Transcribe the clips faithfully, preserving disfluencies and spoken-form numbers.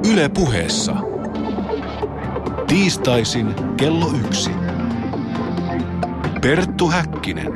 Yle Puheessa. Tiistaisin kello yksi. Perttu Häkkinen.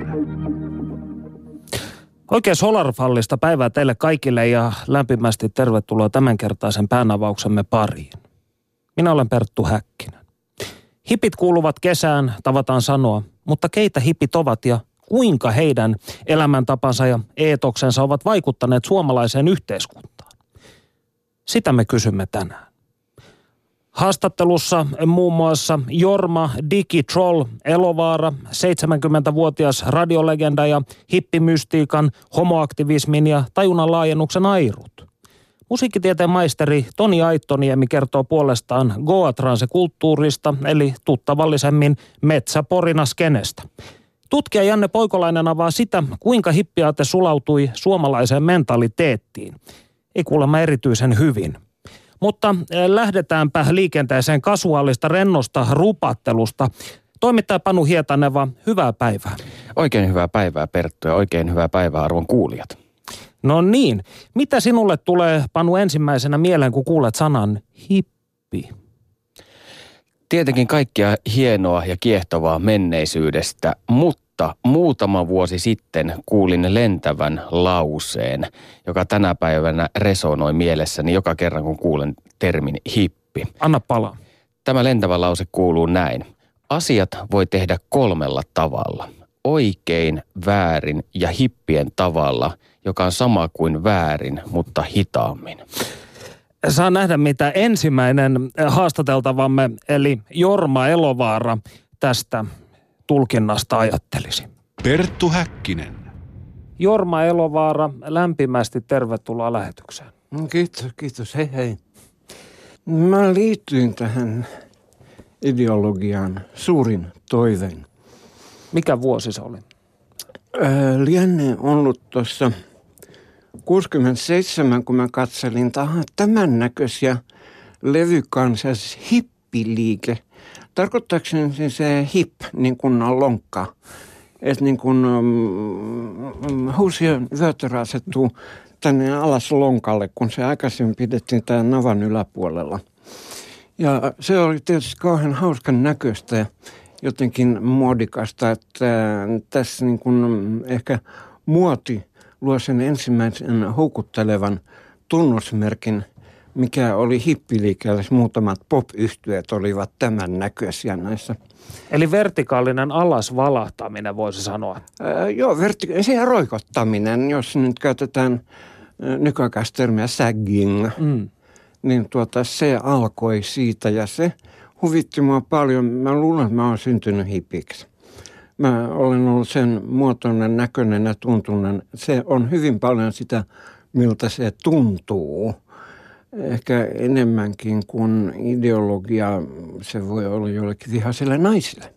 Oikein solarfallista päivää teille kaikille ja lämpimästi tervetuloa tämänkertaisen päänavauksemme pariin. Minä olen Perttu Häkkinen. Hipit kuuluvat kesään, tavataan sanoa, mutta keitä hipit ovat ja kuinka heidän elämäntapansa ja eetoksensa ovat vaikuttaneet suomalaiseen yhteiskuntaan? Sitä me kysymme tänään. Haastattelussa muun muassa Jorma Digitroll Elovaara, seitsemänkymmentävuotias radiolegenda ja hippimystiikan, homoaktivismin ja tajunnan laajennuksen airut. Musiikkitieteen maisteri Toni Aittoniemi kertoo puolestaan Goa-transe-kulttuurista, eli tuttavallisemmin metsäporinaskenestä. Tutkija Janne Poikolainen avaa sitä, kuinka hippiaate sulautui suomalaiseen mentaliteettiin. Ei kuulemma erityisen hyvin. Mutta lähdetäänpä liikenteeseen kasuaalista rennosta rupattelusta. Toimittaja Panu Hietaneva, hyvää päivää. Oikein hyvää päivää, Perttu, ja oikein hyvää päivää, arvon kuulijat. No niin. Mitä sinulle tulee, Panu, ensimmäisenä mieleen, kun kuulet sanan hippi? Tietenkin kaikkea hienoa ja kiehtovaa menneisyydestä, mutta muutama vuosi sitten kuulin lentävän lauseen, joka tänä päivänä resonoi mielessäni joka kerran, kun kuulen termin hippi. Anna palaa. Tämä lentävä lause kuuluu näin. Asiat voi tehdä kolmella tavalla. Oikein, väärin ja hippien tavalla, joka on sama kuin väärin, mutta hitaammin. Saa nähdä, mitä ensimmäinen haastateltavamme, eli Jorma Elovaara, tästä tulkinnasta ajattelisi. Perttu Häkkinen. Jorma Elovaara, lämpimästi tervetuloa lähetykseen. Kiitos, kiitos. Hei hei. Mä liityin tähän ideologiaan suurin toivein. Mikä vuosi se oli? Öö, lienee ollut tuossa kuusikymmentäseitsemän, kun mä katselin tahan tämän näköisiä levykansas hippiliike. Tarkoittaakseni se hip, niin kuin on lonkka. Että niin kuin um, huusien vyötärö asettuu tänne alas lonkalle, kun se aikaisemmin pidettiin tämän navan yläpuolella. Ja se oli tietysti kauhean hauskan näköistä ja jotenkin muodikasta, että tässä niin kuin ehkä muoti luo sen ensimmäisen houkuttelevan tunnusmerkin, mikä oli hippiliikkeelle. Muutamat pop-yhtyeet olivat tämän näköisiä näissä. Eli vertikaalinen alas valahtaminen, voisi sanoa. Ää, joo, verti- se roikottaminen, jos nyt käytetään nykyaikaista termiä sagging, mm. niin tuota, se alkoi siitä ja se huvitti mua paljon. Mä luulen, että mä oon syntynyt hipiksi. Mä olen ollut sen muotoinen, näköinen ja tuntunen. Se on hyvin paljon sitä, miltä se tuntuu. Ehkä enemmänkin kuin ideologia, se voi olla jollekin vihaisille naisille.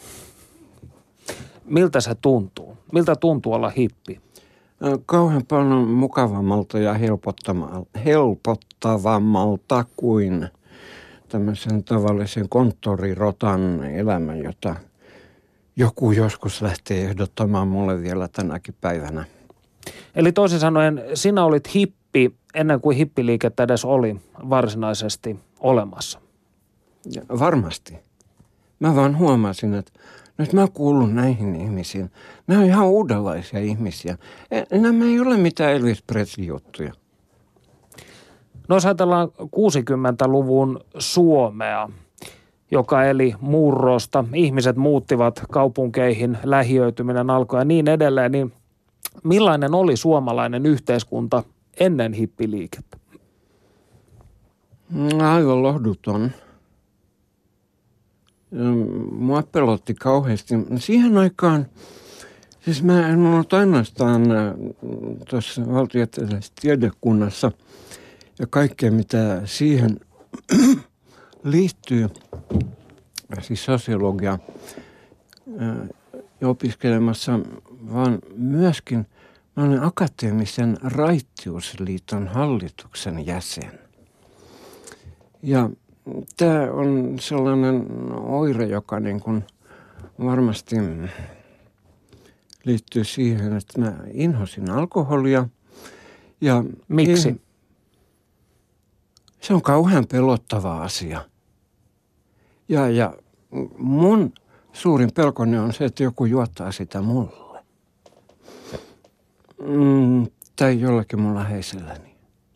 Miltä se tuntuu? Miltä tuntuu olla hippi? Kauhean paljon mukavammalta ja helpottavammalta kuin tämmöisen tavallisen konttorirotan elämä, jota joku joskus lähtee ehdottamaan mulle vielä tänäkin päivänä. Eli toisin sanoen, sinä olit hippi ennen kuin hippiliikettä edes oli varsinaisesti olemassa. Ja varmasti. Mä vaan huomasin, että nyt mä kuulun näihin ihmisiin. Nämä on ihan uudenlaisia ihmisiä. Nämä ei ole mitään Elvis Presley-juttuja. No jos ajatellaan kuusikymmentäluvun Suomea, joka eli murrosta, ihmiset muuttivat kaupunkeihin, lähiöityminen alkoi ja niin edelleen, niin millainen oli suomalainen yhteiskunta ennen hippiliikettä? Aivan lohduton. Mua pelotti kauheasti. Siihen aikaan, siis mä en ollut ainoastaan tuossa valtiotieteellisessä tiedekunnassa ja kaikkea mitä siihen liittyy, siis sosiologia ja opiskelemassa, vaan myöskin mä olen Akateemisen raittiusliiton hallituksen jäsen. Ja tämä on sellainen oire, joka niin kuin varmasti liittyy siihen, että mä inhosin alkoholia. Ja miksi? Se on kauhean pelottava asia. Ja, ja mun suurin pelkoni on se, että joku juottaa sitä mulle. Mm, tai jollekin mun läheiselläni.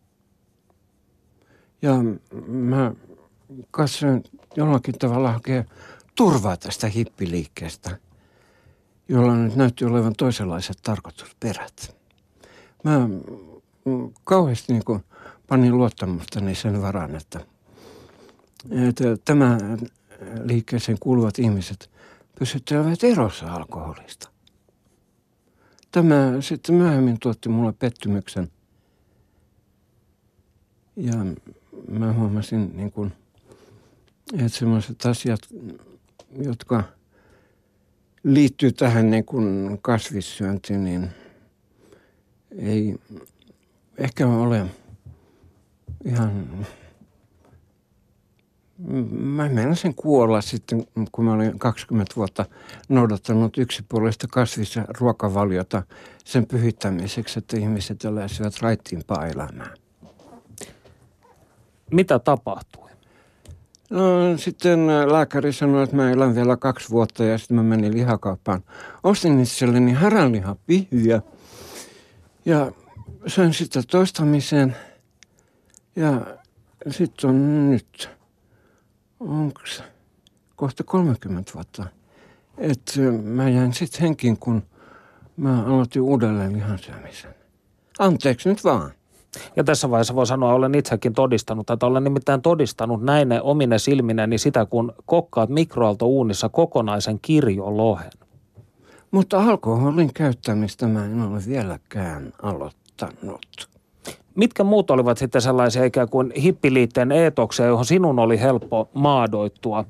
Ja mä katsoin jollakin tavalla hakea turvaa tästä hippiliikkeestä, jolla nyt näytti olevan toisenlaiset tarkoitusperät. Mä kauheasti niin kuin panin luottamustani sen varaan, että, että tämä liikkeeseen kuuluvat ihmiset pysyttelevät erossa alkoholista. Tämä sitten myöhemmin tuotti mulle pettymyksen. Ja mä huomasin, niin kuin, että sellaiset asiat, jotka liittyy tähän niin kuin kasvissyöntiin, niin ei ehkä ole ihan... Mä meinasin kuolla sitten, kun mä olin kaksikymmentä vuotta noudattanut yksipuolista kasvis- ja ruokavaliota sen pyhittämiseksi, että ihmiset eläisivät raittiimpaa elämää. Mitä tapahtui? No sitten lääkäri sanoi, että mä elän vielä kaksi vuotta ja sitten mä menin lihakauppaan. Ostin itselleni häränlihapihviä ja söin sitä toistamiseen ja sitten on nyt, onks kohta kolmekymmentä vuotta, että mä jäin sitten henkiin, kun mä aloitin uudelleen lihansyömisen. Anteeksi nyt vaan. Ja tässä vaiheessa voi sanoa, olen itsekin todistanut, että olen nimittäin todistanut näin omine silminäni sitä, kun kokkaat mikroaaltouunissa kokonaisen kirjon lohen. Mutta alkoholin käyttämistä mä en ole vieläkään aloittanut. Mitkä muut olivat sitten sellaisia ikään kuin hippiliitteen eetoksia, johon sinun oli helppo maadoittua?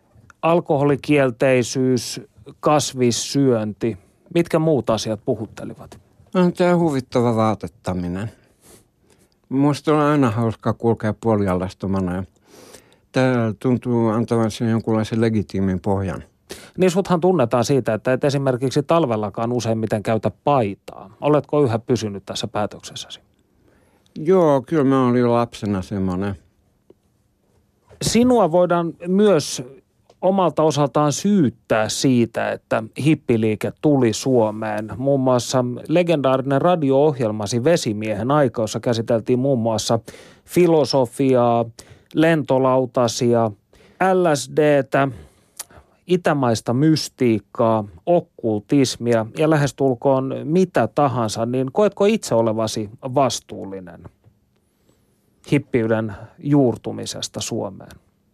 Alkoholikielteisyys, kasvissyönti. Mitkä muut asiat puhuttelivat? No, tämä huvittava vaatettaminen. Musta on aina hauskaa kulkea puolialastomana ja tämä tuntuu antavan sen jonkunlaisen legitiimin pohjan. Niin suthan tunnetaan siitä, että et esimerkiksi talvellakaan useimmiten käytä paitaa. Oletko yhä pysynyt tässä päätöksessäsi? Joo, kyllä mä olin jo lapsena semmoinen. Sinua voidaan myös omalta osaltaan syyttää siitä, että hippiliike tuli Suomeen. Muun muassa legendaarinen radio-ohjelmasi Vesimiehen aika, jossa käsiteltiin muun muassa filosofiaa, lentolautasia, L S D:tä, itämaista mystiikkaa, okkultismia ja lähestulkoon mitä tahansa, niin koetko itse olevasi vastuullinen hippiyden juurtumisesta Suomeen?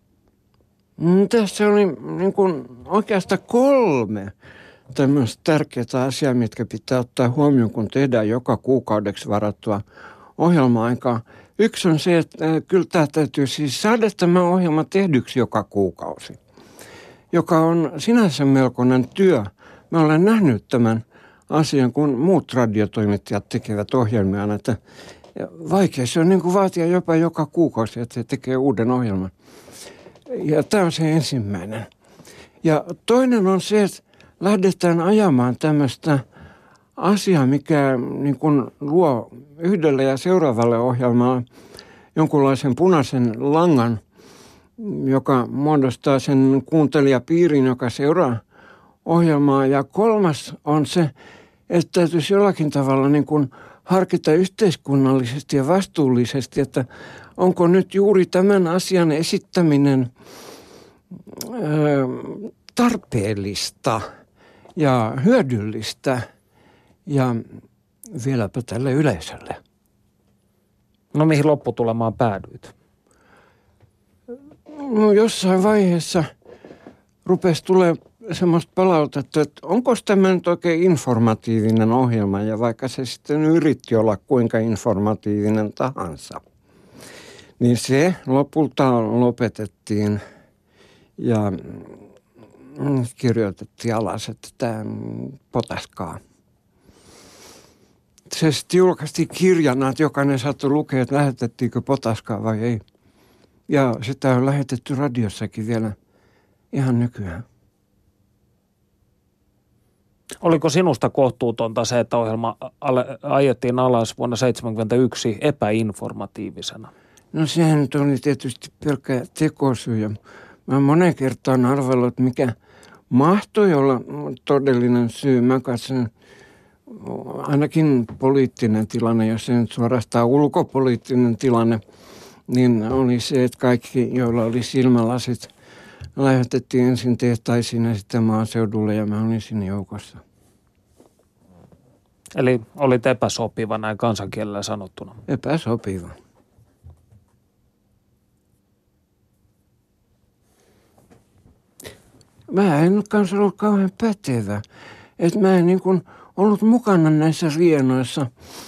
Tässä oli niin kuin oikeastaan kolme tämmöistä tärkeää asiaa, mitkä pitää ottaa huomioon, kun tehdään joka kuukaudeksi varattua ohjelma-aikaa. Yksi on se, että kyllä tämä täytyy siis saada tämä ohjelma tehdyksi joka kuukausi, joka on sinänsä melkoinen työ. Mä olen nähnyt tämän asian, kun muut radiotoimittajat tekevät ohjelmia, että vaikea se on niin kuin vaatia jopa joka kuukausi, että he tekee uuden ohjelman. Ja tämä on se ensimmäinen. Ja toinen on se, että lähdetään ajamaan tämmöistä asiaa, mikä niin kuin luo yhdelle ja seuraavalle ohjelmalle jonkunlaisen punaisen langan, joka muodostaa sen kuuntelijapiirin, joka seuraa ohjelmaa. Ja kolmas on se, että täytyisi jollakin tavalla niin kuin harkita yhteiskunnallisesti ja vastuullisesti, että onko nyt juuri tämän asian esittäminen ö, tarpeellista ja hyödyllistä ja vieläpä tälle yleisölle. No mihin lopputulemaan päädyit? No jossain vaiheessa rupesi tulemaan semmoista palautetta, että onko tämä nyt oikein informatiivinen ohjelma, ja vaikka se sitten yritti olla kuinka informatiivinen tahansa, niin se lopulta lopetettiin ja kirjoitettiin alas, että tämä potaskaa. Se sitten julkaistiin kirjana, että jokainen saattoi lukea, että lähetettiinkö potaskaa vai ei. Ja sitä on lähetetty radiossakin vielä ihan nykyään. Oliko sinusta kohtuutonta se, että ohjelma ajettiin alas vuonna seitsemänkymmentäyksi epäinformatiivisena? No sehän nyt oli tietysti pelkkä tekosyy. Ja mä monen kertaan arvellut, mikä mahtoi olla todellinen syy. Mä katson ainakin poliittinen tilanne, jos se nyt suorastaan ulkopoliittinen tilanne, niin oli se, että kaikki, joilla oli silmälasit, lähetettiin ensin tehtaisiin ja sitten maaseudulle ja mä olin siinä joukossa. Eli olit epäsopiva näin kansankielellä sanottuna. Epäsopiva. Mä en kanssa ollut kauhean pätevä. Että mä en niin kuin ollut mukana näissä rienoissa.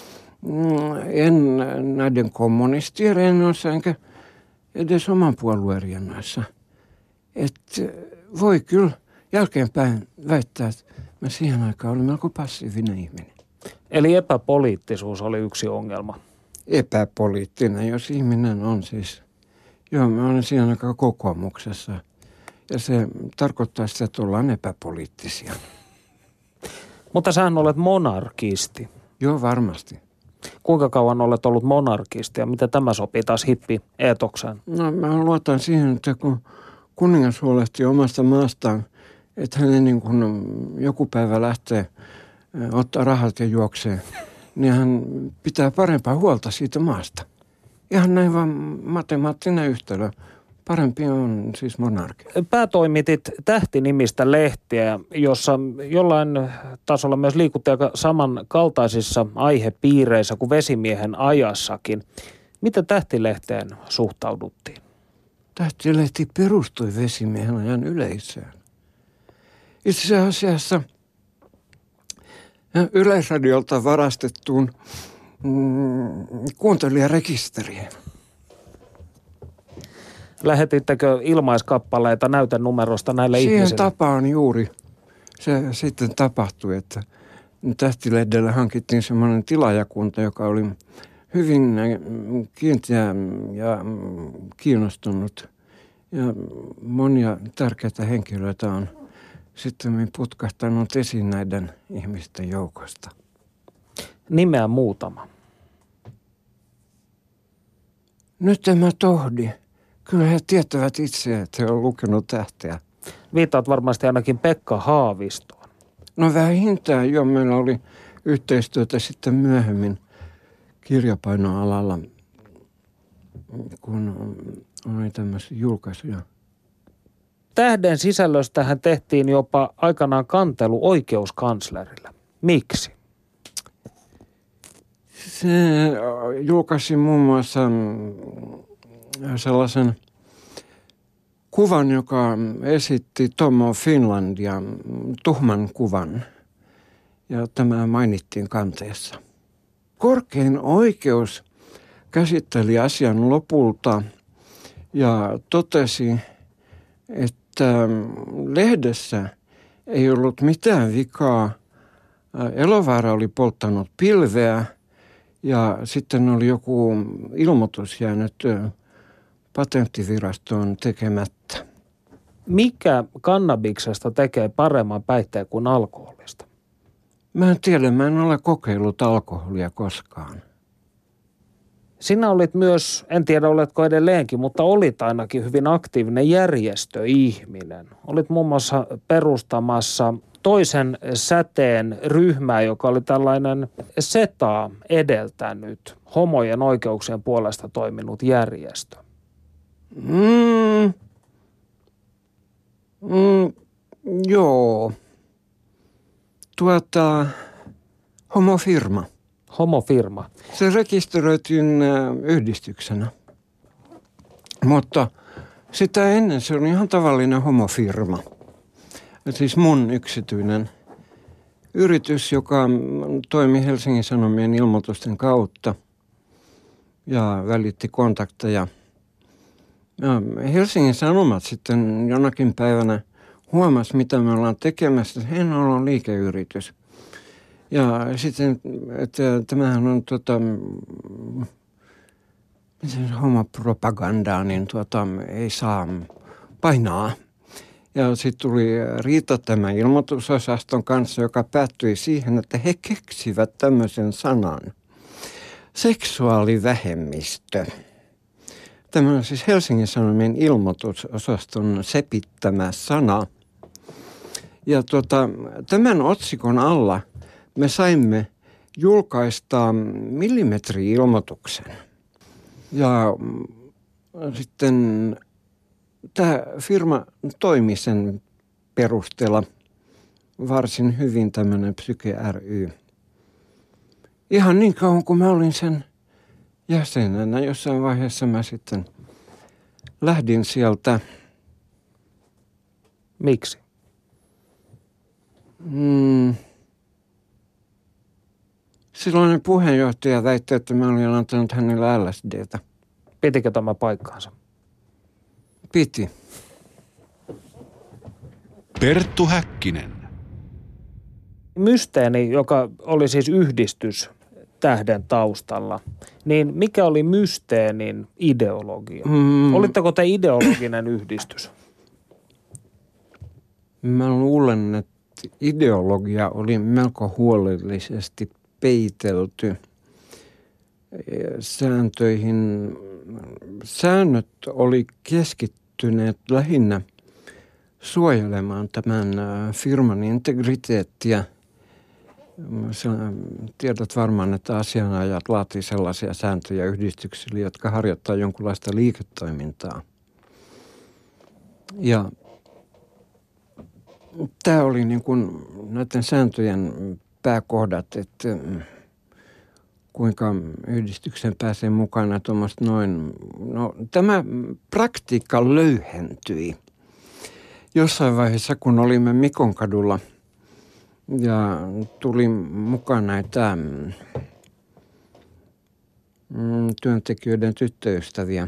En näiden kommunistien rienoissa enkä edes oman puolueen rienoissa. Että voi kyllä jälkeenpäin väittää, että mä siihen aikaan olin melko passiivinen ihminen. Eli epäpoliittisuus oli yksi ongelma. Epäpoliittinen, jos ihminen on siis. Joo, mä olin siihen aikaan kokoomuksessa. Ja se tarkoittaa sitä, että ollaan epäpoliittisia. Mutta sähän olet monarkisti. Joo, varmasti. Kuinka kauan olet ollut monarkisti ja miten tämä sopii taas hippi-eetokseen? No mä luotan siihen, että kun kuningas huolehtii omasta maastaan, että hänen niin kun joku päivä lähtee ottaa rahat ja juoksee, niin hän pitää parempaa huolta siitä maasta. Ihan näin vaan matemaattinen yhtälö. Parempi on siis monarki. Päätoimitit Tähti-nimistä lehtiä, jossa jollain tasolla myös liikutti aika samankaltaisissa aihepiireissä kuin Vesimiehen ajassakin. Miten Tähtilehteen suhtauduttiin? Tähtilehti perustui Vesimiehen ajan yleisöön. Itse asiassa Yleisradiolta varastettuun mm, kuuntelijarekisteriin. Lähetittekö ilmaiskappaleita näytenumerosta näille Siihen ihmisille? Siihen tapaan juuri se sitten tapahtui, että Tähtilehdelle hankittiin semmoinen tilaajakunta, joka oli hyvin kiinteä ja kiinnostunut. Ja monia tärkeitä henkilöitä on sitten putkahtanut esiin näiden ihmisten joukosta. Nimeä muutama. Nyt en mä tohdi. Kyllä he tietävät itse, että he on lukenut Tähteä. Viittaat varmasti ainakin Pekka Haavistoon. No vähintään jo. Meillä oli yhteistyötä sitten myöhemmin kirjapainoalalla, kun oli tämmöisiä julkaisuja. Tähden sisällöstähän tehtiin jopa aikanaan kantelu oikeuskanslerille. Miksi? Se julkaisi muun muassa sellaisen kuvan, joka esitti Tom of Finlandia, tuhman kuvan. Ja tämä mainittiin kanteessa. Korkein oikeus käsitteli asian lopulta ja totesi, että lehdessä ei ollut mitään vikaa. Elovaara oli polttanut pilveä ja sitten oli joku ilmoitus jäänyt patenttivirastoon tekemättä. Mikä kannabiksesta tekee paremman päihteen kuin alkoholista? Mä en tiedä, mä en ole kokeillut alkoholia koskaan. Sinä olit myös, en tiedä oletko edelleenkin, mutta olit ainakin hyvin aktiivinen järjestöihminen. Olit muun muassa perustamassa toisen säteen ryhmää, joka oli tällainen setaa edeltänyt homojen oikeuksien puolesta toiminut järjestö. Mm. Mm. Joo. Tuota, homofirma. Homofirma. Se rekisteröitiin yhdistyksenä. Mutta sitä ennen se oli ihan tavallinen homofirma. Siis mun yksityinen yritys, joka toimi Helsingin Sanomien ilmoitusten kautta ja välitti kontakteja. Ja Helsingin Sanomat sitten jonakin päivänä huomasi, mitä me ollaan tekemässä. He on liikeyritys. Ja sitten, että tämähän on tota, homopropagandaa, niin tuota, ei saa painaa. Ja sitten tuli riita tämän ilmoitusosaston kanssa, joka päättyi siihen, että he keksivät tämmöisen sanan. Seksuaalivähemmistö. Tämä on siis Helsingin Sanomien ilmoitusosaston sepittämä sana. Ja tuota, tämän otsikon alla me saimme julkaista millimetri-ilmoituksen. Ja sitten tämä firma toimi sen perusteella varsin hyvin, tämmöinen Psyke ry. Ihan niin kauan kuin mä olin sen jäsenenä, jossain vaiheessa mä sitten lähdin sieltä. Miksi? Mm. Silloinen puheenjohtaja väitti, että mä olin antanut hänelle L S D:tä. Pitikö tämä paikkaansa? Piti. Perttu Häkkinen. Mysteeni, joka oli siis yhdistys tähden taustalla, niin mikä oli Mysteenin ideologia? Mm. Olitteko te ideologinen yhdistys? Mä luulen, että ideologia oli melko huolellisesti peitelty sääntöihin. Säännöt oli keskittyneet lähinnä suojelemaan tämän firman integriteettiä. Sä tiedät varmaan, että asianajat laatii sellaisia sääntöjä yhdistyksille, jotka harjoittaa jonkunlaista liiketoimintaa. Ja tämä oli niin kuin näiden sääntöjen pääkohdat, että kuinka yhdistyksen pääsee mukana tuommoista noin. No, tämä praktiikka löyhentyi jossain vaiheessa, kun olimme Mikonkadulla ja tuli mukaan näitä mm, työntekijöiden tyttöystäviä.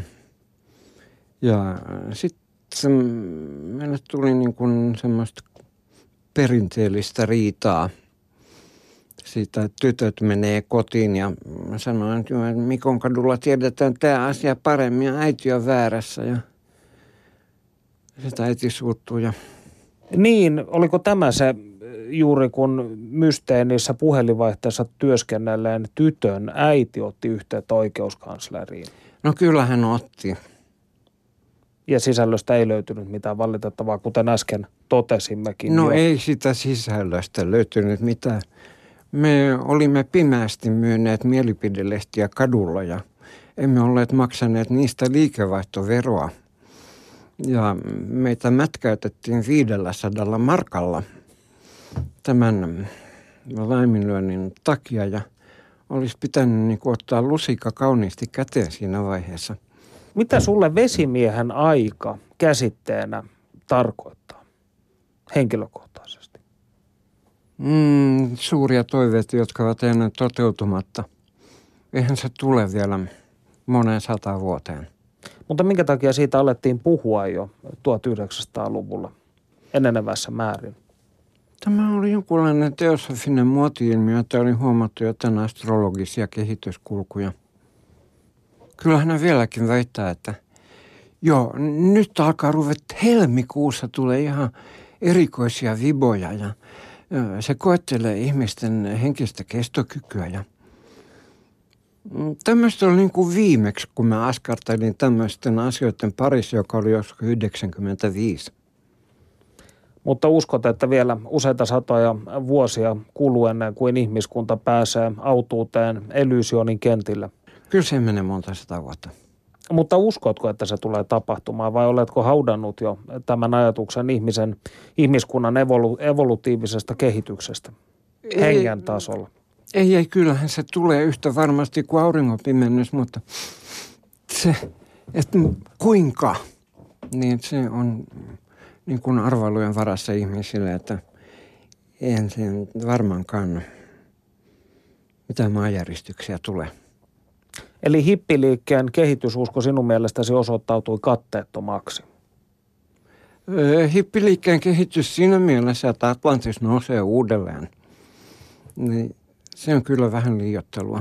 Ja sitten meille tuli niin kuin semmoista perinteellistä riitaa siitä, että tytöt menee kotiin ja mä sanoin, että Mikonkadulla tiedetään tämä asia paremmin ja äiti on väärässä ja sitä äiti suuttuu. Ja... Niin, oliko tämä se juuri kun Mysteenissä puhelinvaihteessa työskennelleen tytön äiti otti yhteyttä oikeuskansleriin? No kyllä hän otti. Ja sisällöstä ei löytynyt mitään valitettavaa, kuten äsken totesimmekin. No jo. Ei sitä sisällöstä löytynyt mitään. Me olimme pimeästi myyneet mielipidelehtiä kadulla ja emme olleet maksaneet niistä liikevaihtoveroa. Ja meitä mätkäytettiin viidellä sadalla markalla tämän laiminlyönnin takia ja olisi pitänyt niin kuin ottaa lusikka kauniisti käteen siinä vaiheessa. Mitä sulle vesimiehen aika käsitteenä tarkoittaa henkilökohtaisesti? Mm, suuria toiveita, jotka ovat ennen toteutumatta. Eihän se tule vielä moneen sata vuoteen. Mutta minkä takia siitä alettiin puhua jo tuhatyhdeksänsataaluvulla enenevässä määrin? Tämä oli jonkunlainen teosofinen muoti-ilmiö, että oli huomattu jotain astrologisia kehityskulkuja. Kyllähän hän vieläkin väittää, että joo, nyt alkaa ruveta helmikuussa tulee ihan erikoisia viboja ja se koettelee ihmisten henkistä kestokykyä. Ja tämmöistä oli niin kuin viimeksi, kun mä askartelin tämmöisten asioiden parissa, joka oli joskus yhdeksänkymmentäviisi. Mutta uskot, että vielä useita satoja vuosia kuluu ennen kuin ihmiskunta pääsee autuuteen Elysionin kentille? Kyllä se menee monta sata vuotta. Mutta uskotko, että se tulee tapahtumaan vai oletko haudannut jo tämän ajatuksen ihmisen, ihmiskunnan evolu, evolutiivisesta kehityksestä hengen tasolla? Ei, ei, kyllähän se tulee yhtä varmasti kuin auringonpimennys, mutta se, että kuinka, niin se on niin kuin arvailujen varassa ihmisille, että eihän se varmaankaan mitään maanjäristyksiä tule. Eli hippiliikkeen kehitysusko sinun mielestäsi osoittautui katteettomaksi? Öö, hippiliikkeen kehitys siinä mielessä, että Atlantis nousee uudelleen, niin se on kyllä vähän liioittelua.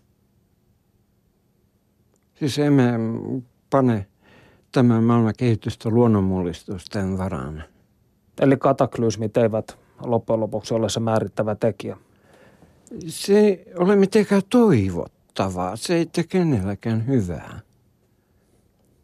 Siis emme pane tämän maailman kehitystä luonnonmullistusten varaan. Eli kataklysmit eivät loppujen lopuksi ole se määrittävä tekijä? Se ei ole mitenkään toivottavaa. Se ei tee kenelläkään hyvää.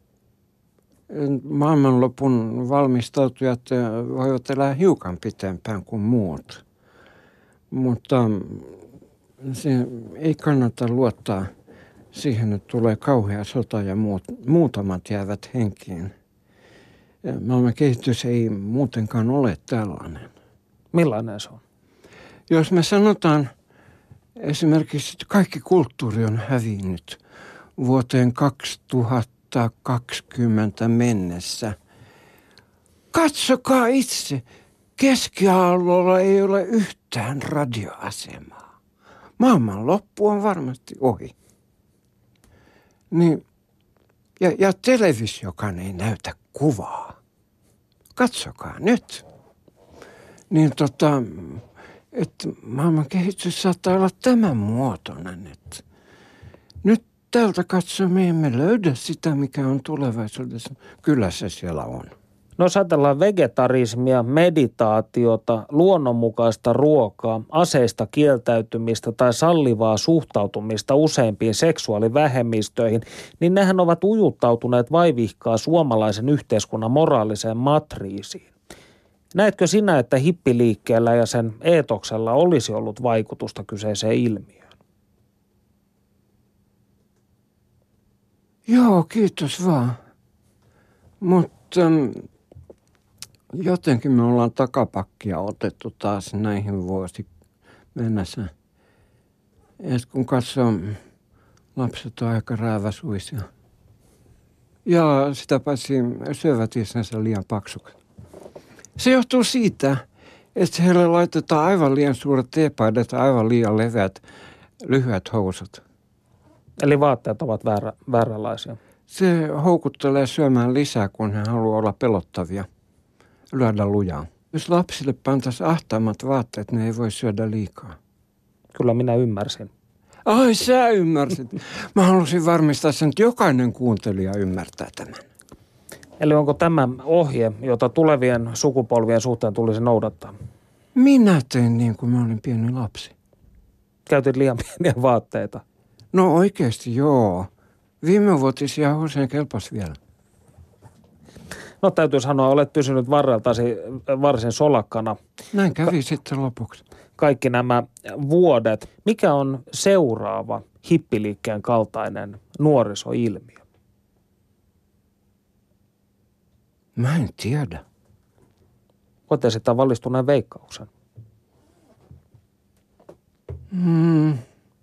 maailmanlopun valmistautujat voivat elää hiukan pitempään kuin muut. Mutta se ei kannata luottaa siihen, että tulee kauhea sota ja muut, muutamat jäävät henkiin. Maailman kehitys ei muutenkaan ole tällainen. Millainen se on? Jos me sanotaan esimerkiksi, että kaikki kulttuuri on hävinnyt vuoteen kaksituhattakaksikymmentä mennessä. Katsokaa itse, keskiaallolla ei ole yhtään radioasemaa. Maailman loppu on varmasti ohi. Niin, ja, ja televisiokaan ei näytä kuvaa. Katsokaa nyt. Niin tota, että maailman kehitys saattaa olla tämän muotoinen, että nyt täältä katsoen me emme löydä sitä, mikä on tulevaisuudessa. Kyllä se siellä on. No jos ajatellaan vegetarismia, meditaatiota, luonnonmukaista ruokaa, aseista kieltäytymistä tai sallivaa suhtautumista useimpiin seksuaalivähemmistöihin, niin nehän ovat ujuttautuneet vaivihkaa suomalaisen yhteiskunnan moraaliseen matriisiin. Näetkö sinä, että hippiliikkeellä ja sen eetoksella olisi ollut vaikutusta kyseiseen ilmiöön? Joo, kiitos vaan. Mutta jotenkin me ollaan takapakkia otettu taas näihin vuosi mennessä. Et kun katsoo, lapset on aika rääväsuisia. Ja sitä paitsi syövät itsensä liian paksuksi. Se johtuu siitä, että heille laitetaan aivan liian suuret teepaidat ja aivan liian leveät, lyhyet housut. Eli vaatteet ovat väärä, vääränlaisia. Se houkuttelee syömään lisää, kun he haluaa olla pelottavia, lyödä lujaa. Jos lapsille pantaisiin ahtaammat vaatteet, ne ei voi syödä liikaa. Kyllä minä ymmärsin. Ai sä ymmärsit. Mä halusin varmistaa sen, että jokainen kuuntelija ymmärtää tämän. Eli onko tämä ohje, jota tulevien sukupolvien suhteen tulisi noudattaa? Minä tein niin kuin mä olin pieni lapsi. Käytit liian pieniä vaatteita? No oikeasti joo. Viimevuotisia housuja kelpas vielä. No täytyy sanoa, olet pysynyt varreltasi varsin solakkana. Näin kävi Ka- sitten lopuksi. Kaikki nämä vuodet. Mikä on seuraava hippiliikkeen kaltainen nuorisoilmiö? Mä en tiedä. Voit esittää valistuneen veikkauksen. Hmm.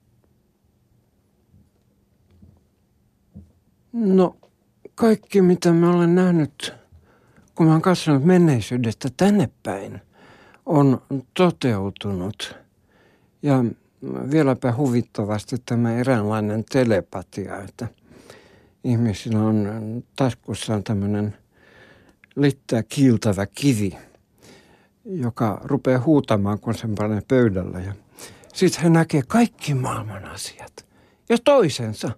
No, kaikki mitä mä olen nähnyt, kun mä oon katsonut menneisyydestä tänne päin, on toteutunut. Ja vieläpä huvittavasti tämä eräänlainen telepatia, että ihmisillä on taskussaan tämmöinen litteä kiiltävä kivi, joka rupeaa huutamaan, kun sen panee pöydällä. Ja sitten hän näkee kaikki maailman asiat ja toisensa.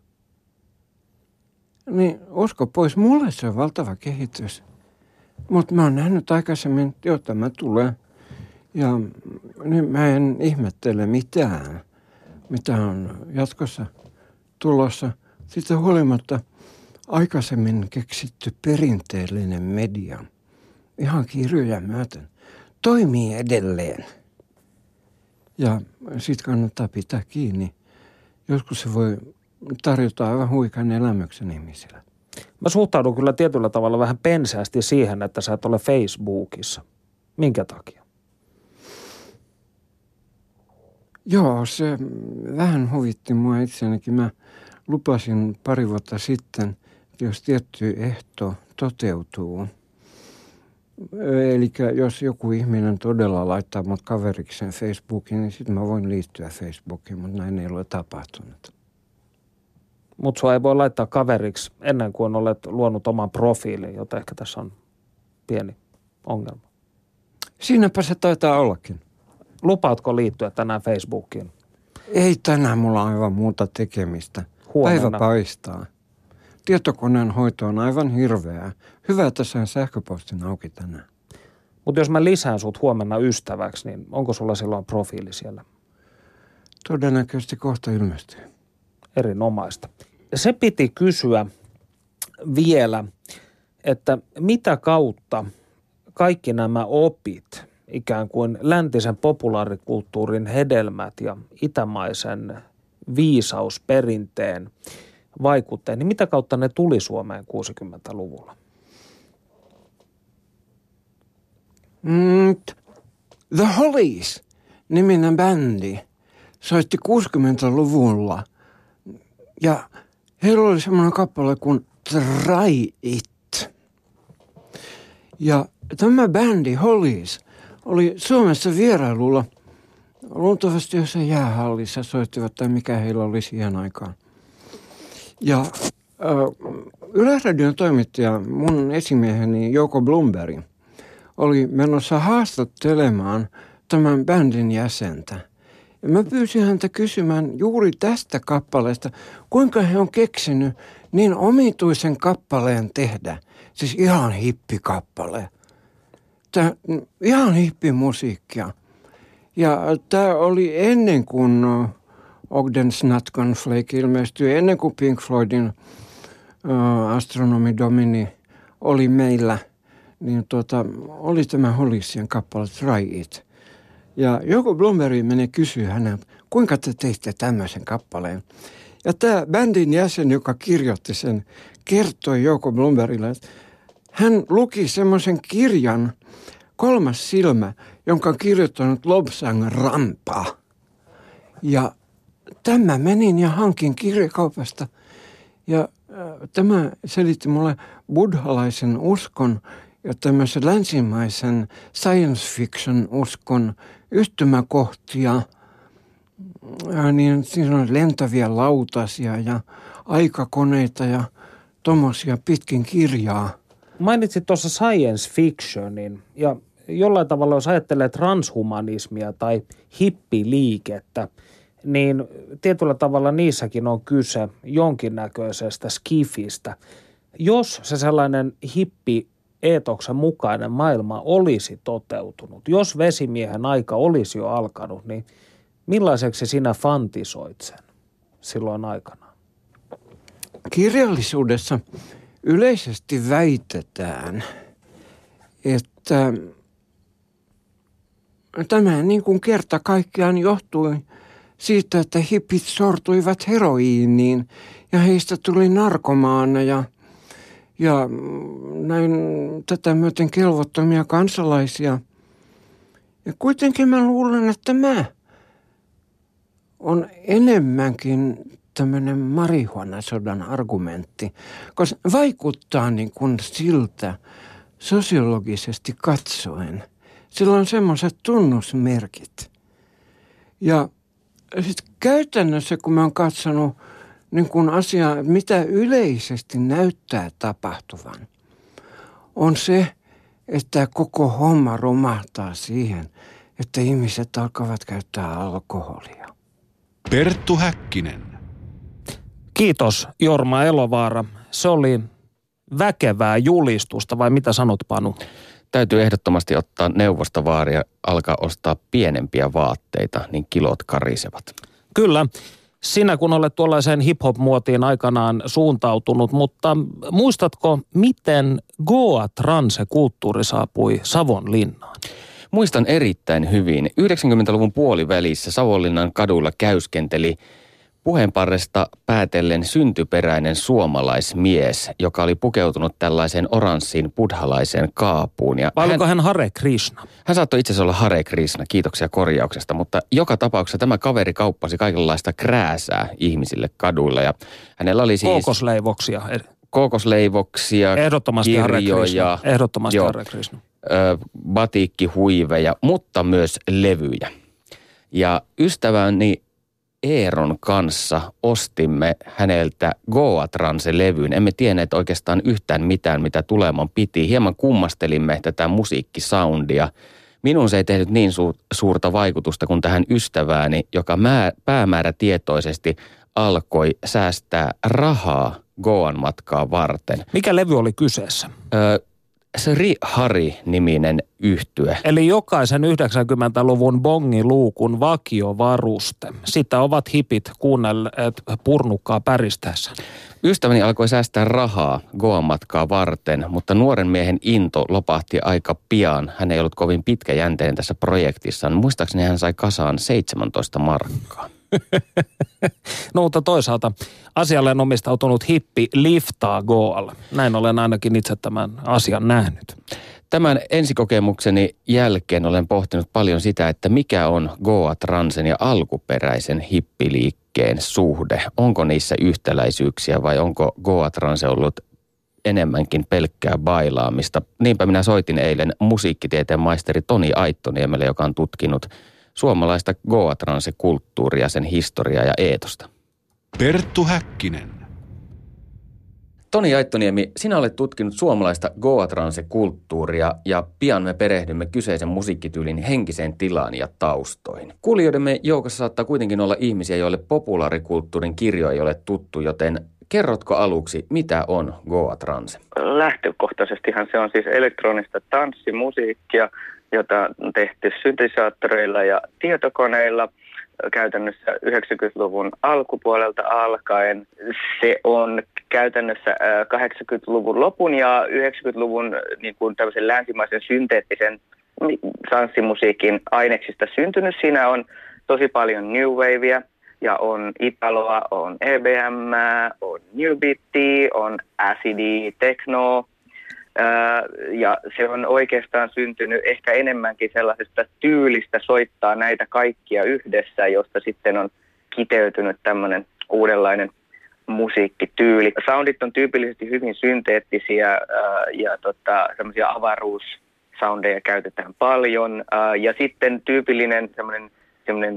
Niin usko pois, mulle se on valtava kehitys. Mutta mä oon nähnyt aikaisemmin, että tämä tulee. Ja niin mä en ihmettele mitään, mitä on jatkossa tulossa. Sitten huolimatta aikaisemmin keksitty perinteellinen media, ihan kirjoja myöten, toimii edelleen. Ja siitä kannattaa pitää kiinni. Joskus se voi tarjota aivan huikean elämyksen ihmisille. Mä suhtaudun kyllä tietyllä tavalla vähän penseästi siihen, että sä et ole Facebookissa. Minkä takia? Joo, se vähän huvitti mua itseänikin. Mä lupasin pari vuotta sitten, että jos tietty ehto toteutuu, eli jos joku ihminen todella laittaa mut kaverikseen Facebookiin, niin sitten mä voin liittyä Facebookiin, mutta näin ei ole tapahtunut. Mutta sua ei voi laittaa kaveriksi ennen kuin olet luonut oman profiilin, joten ehkä tässä on pieni ongelma. Siinäpä se taitaa ollakin. Lupaatko liittyä tänään Facebookiin? Ei tänään mulla aivan muuta tekemistä. Huomenna. Päivä paistaa. Tietokoneen hoito on aivan hirveää. Hyvä, että sain sähköpostin auki tänään. Mutta jos mä lisään sut huomenna ystäväksi, niin onko sulla silloin profiili siellä? Todennäköisesti kohta ilmestyy. Erinomaista. Se piti kysyä vielä, että mitä kautta kaikki nämä opit, ikään kuin läntisen populaarikulttuurin hedelmät ja itämaisen viisausperinteen vaikutteet, niin mitä kautta ne tuli Suomeen kuusikymmentäluvulla? Mm, The Hollies -niminen bändi soitti kuusikymmentäluvulla ja heillä oli semmoinen kappale kuin Try It. Ja tämä bändi Hollies oli Suomessa vierailulla, luultavasti jossain jäähallissa soittivat tai mikä heillä oli siihen aikaan. Ja äh, Yleisradion toimittaja, mun esimieheni Jouko Blomberg, oli menossa haastattelemaan tämän bändin jäsentä. Ja mä pyysin häntä kysymään juuri tästä kappaleesta, kuinka he on keksinyt niin omituisen kappaleen tehdä. Siis ihan hippikappale. Tää, ihan hippimusiikkia. Ja tämä oli ennen kuin Ogden Snat Cornflake ilmestyi, ennen kuin Pink Floydin uh, Astronomy Domini oli meillä, niin tuota, oli tämä Holliesien kappale Try It. Ja Jouko Blomberg meni kysyä häneltä, kuinka te teitte tämmöisen kappaleen. Ja tämä bändin jäsen, joka kirjoitti sen, kertoi Jouko Blombergille, että hän luki semmoisen kirjan, Kolmas silmä, jonka on kirjoittanut Lobsang Rampa. Ja tämä menin ja hankin kirjakaupasta. Ja äh, tämä selitti mulle buddhalaisen uskon ja tämmöisen länsimaisen science fiction uskon yhtymäkohtia. Ja niin siinä on lentäviä lautasia ja aikakoneita ja tommosia pitkin kirjaa. Mainitsit tuossa science fictionin ja jollain tavalla, jos ajattelee transhumanismia tai hippiliikettä, niin tietyllä tavalla niissäkin on kyse jonkinnäköisestä skifistä. Jos se sellainen hippi eetoksen mukainen maailma olisi toteutunut, jos vesimiehen aika olisi jo alkanut, niin millaiseksi sinä fantisoit sen silloin aikanaan? Kirjallisuudessa yleisesti väitetään, että tämä niin kuin kerta kaikkiaan johtui siitä, että hippit sortuivat heroiiniin ja heistä tuli narkomaaneja ja näin tätä myöten kelvottomia kansalaisia. Ja kuitenkin mä luulen, että tämä on enemmänkin tämmöinen marihuanasodan argumentti, koska vaikuttaa niin kuin siltä sosiologisesti katsoen. Sillä on semmoiset tunnusmerkit. Ja sitten käytännössä, kun mä oon katsonut niin kuin asiaa, mitä yleisesti näyttää tapahtuvan, on se, että koko homma romahtaa siihen, että ihmiset alkavat käyttää alkoholia. Perttu Häkkinen. Kiitos Jorma Elovaara. Se oli väkevää julistusta, vai mitä sanot, Panu? Täytyy ehdottomasti ottaa neuvosta vaaria, alkaa ostaa pienempiä vaatteita, niin kilot karisevat. Kyllä. Sinä kun olet tuollaiseen hip-hop-muotiin aikanaan suuntautunut, mutta muistatko, miten Goa-transe-kulttuuri saapui Savonlinnaan? Muistan erittäin hyvin. yhdeksänkymmentäluvun puolivälissä Savonlinnan kaduilla käyskenteli puheenparresta päätellen syntyperäinen suomalaismies, joka oli pukeutunut tällaiseen oranssiin buddhalaiseen kaapuun. Ja Vai oliko hän, hän Hare Krishna? Hän saattoi itse asiassa olla Hare Krishna, kiitoksia korjauksesta, mutta joka tapauksessa tämä kaveri kauppasi kaikenlaista krääsää ihmisille kaduilla. Ja hänellä oli siis kookosleivoksia. Kookosleivoksia, Ehdottomasti kirjoja, Hare Krishna. Ehdottomasti joo, Hare Krishna. Ö, batikkihuiveja, mutta myös levyjä. Ja ystäväni Eeron kanssa ostimme häneltä Goa-transe-levyyn. Emme tienneet oikeastaan yhtään mitään, mitä tuleman piti. Hieman kummastelimme tätä musiikkisoundia. Minun se ei tehnyt niin su- suurta vaikutusta kuin tähän ystävääni, joka mä- päämäärätietoisesti alkoi säästää rahaa Goan matkaa varten. Mikä levy oli kyseessä? Öö, Sri Hari-niminen yhtye. Eli jokaisen yhdeksänkymmentäluvun bongiluukun vakiovaruste. Sitä ovat hipit kuunnelleet purnukkaa päristäessä. Ystäväni alkoi säästää rahaa Goa-matkaa varten, mutta nuoren miehen into lopahti aika pian. Hän ei ollut kovin pitkäjänteinen tässä projektissaan. Muistaakseni hän sai kasaan seitsemäntoista markkaa. No mutta toisaalta asialle on omistautunut hippi liftaa Goalle. Näin olen ainakin itse tämän asian nähnyt. Tämän ensikokemukseni jälkeen olen pohtinut paljon sitä, että mikä on Goa Transen ja alkuperäisen hippiliikkeen suhde. Onko niissä yhtäläisyyksiä vai onko Goa Transe ollut enemmänkin pelkkää bailaamista? Niinpä minä soitin eilen musiikkitieteen maisteri Toni Aittoniemelle, joka on tutkinut suomalaista Goa Transe-kulttuuria, sen historiaa ja eetosta. Perttu Häkkinen. Toni Aittoniemi, sinä olet tutkinut suomalaista Goa Transe-kulttuuria ja pian me perehdymme kyseisen musiikkityylin henkiseen tilaan ja taustoihin. Kuulijoidemme joukossa saattaa kuitenkin olla ihmisiä, joille populaarikulttuurin kirjo ei ole tuttu, joten kerrotko aluksi, mitä on Goa Transe? Lähtökohtaisestihan se on siis elektronista tanssimusiikkia, jota on tehty syntesaattoreilla ja tietokoneilla käytännössä yhdeksänkymmentäluvun alkupuolelta alkaen. Se on käytännössä kahdeksankymmentäluvun lopun ja yhdeksänkymmentäluvun niin kuin tämmöisen länsimaisen synteettisen tanssimusiikin aineksista syntynyt. Siinä on tosi paljon new wavea ja on italoa, on E B M, on new beatia, on acidia, technoa. Ja se on oikeastaan syntynyt ehkä enemmänkin sellaisesta tyylistä soittaa näitä kaikkia yhdessä, josta sitten on kiteytynyt tämmöinen uudenlainen musiikkityyli. Soundit on tyypillisesti hyvin synteettisiä ja tota, semmoisia avaruussoundeja käytetään paljon. Ja sitten tyypillinen semmoinen, semmoinen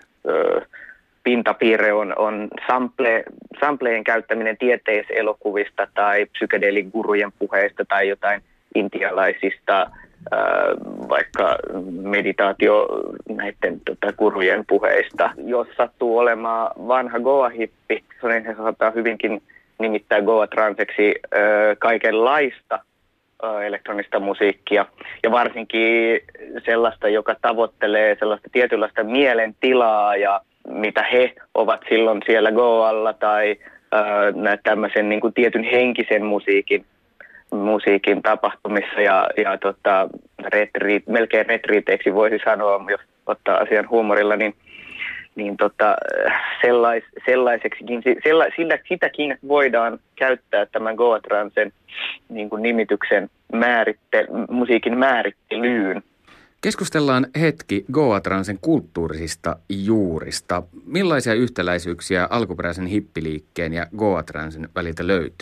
pintapiirre on, on sample, sampleen käyttäminen tieteiselokuvista tai psykedeeligurujen puheista tai jotain intialaisista, ää, vaikka meditaatio näiden tota, gurujen puheista. Jos sattuu olemaan vanha Goa-hippi, niin he saattaa hyvinkin nimittää Goa Transeksi ää, kaikenlaista ää, elektronista musiikkia ja varsinkin sellaista, joka tavoittelee sellaista tietynlaista mielentilaa ja mitä he ovat silloin siellä Goalla tai äh, tämmöisen niin kuin tietyn henkisen musiikin, musiikin tapahtumissa ja, ja tota, retriit, melkein retriiteiksi voisi sanoa, jos ottaa asian huumorilla, niin, niin tota, sellais, sellaiseksikin, sella, sillä, sitäkin voidaan käyttää tämän Goa Transen niin kuin nimityksen määritte, musiikin määrittelyyn. Keskustellaan hetki Goa Transen kulttuurisista juurista. Millaisia yhtäläisyyksiä alkuperäisen hippiliikkeen ja Goa Transen väliltä löytyy?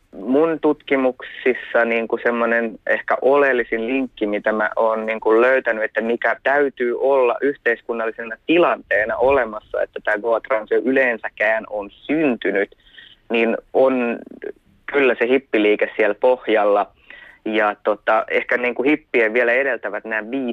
Mun tutkimuksissa niin kuin semmoinen ehkä oleellisin linkki, mitä mä oon niin kuin löytänyt, että mikä täytyy olla yhteiskunnallisena tilanteena olemassa, että tämä Goa Transe yleensäkään on syntynyt, niin on kyllä se hippiliike siellä pohjalla. Ja tota, ehkä niin kuin hippien vielä edeltävät nämä beat,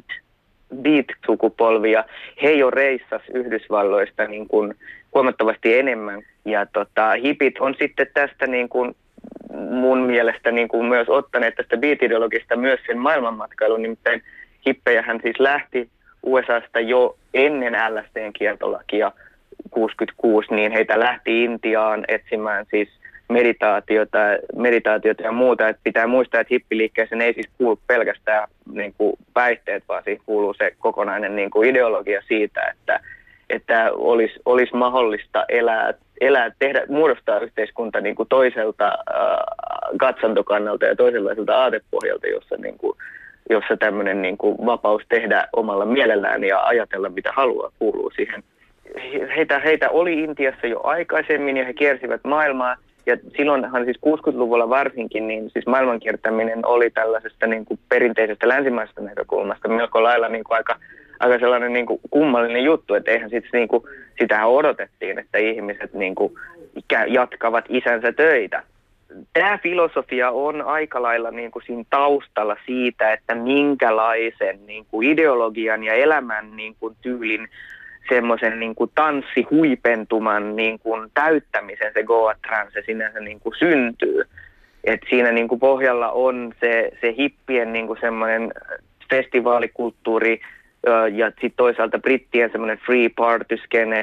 beat-sukupolvia. He jo reissas Yhdysvalloista niin kuin huomattavasti enemmän. Ja tota, hippit on sitten tästä niin kuin mun mielestä niin kuin myös ottaneet tästä beat-ideologista myös sen maailmanmatkailun. Nimittäin hippejähän siis lähti U S A:sta jo ennen L S D:n kieltolakia kuusikymmentäkuusi, niin heitä lähti Intiaan etsimään siis meditaatiota, meditaatiota ja muuta. Että pitää muistaa, että hippiliikkeeseen ei siis kuulu pelkästään niin kuin päihteet, vaan siihen kuuluu se kokonainen niin kuin ideologia siitä, että, että olisi, olisi mahdollista elää, elää, tehdä, muodostaa yhteiskunta niin kuin toiselta äh, katsantokannalta ja toisenlaiselta aatepohjalta, jossa, niin kuin, jossa tämmöinen niin kuin vapaus tehdä omalla mielellään ja ajatella mitä haluaa kuuluu siihen. Heitä, heitä oli Intiassa jo aikaisemmin ja he kiersivät maailmaa. Ja silloinhan siis kuusikymmentäluvulla varsinkin, niin siis maailmankiertäminen oli tällaisesta niin kuin perinteisestä länsimaisesta näkökulmasta melko lailla niin kuin aika, aika sellainen niin kuin kummallinen juttu, että eihän sit, niin kuin, sitähän odotettiin, että ihmiset niin kuin jatkavat isänsä töitä. Tämä filosofia on aika lailla niin kuin siinä taustalla siitä, että minkälaisen niin kuin ideologian ja elämän niin kuin tyylin semmoisen niin kuin tanssihuipentuman niin kuin täyttämisen se Goa Transe sinänsä niin kuin syntyy. Et siinä niin kuin pohjalla on se, se hippien niin kuin semmoinen festivaalikulttuuri ja sitten toisaalta brittien semmoinen free party-skene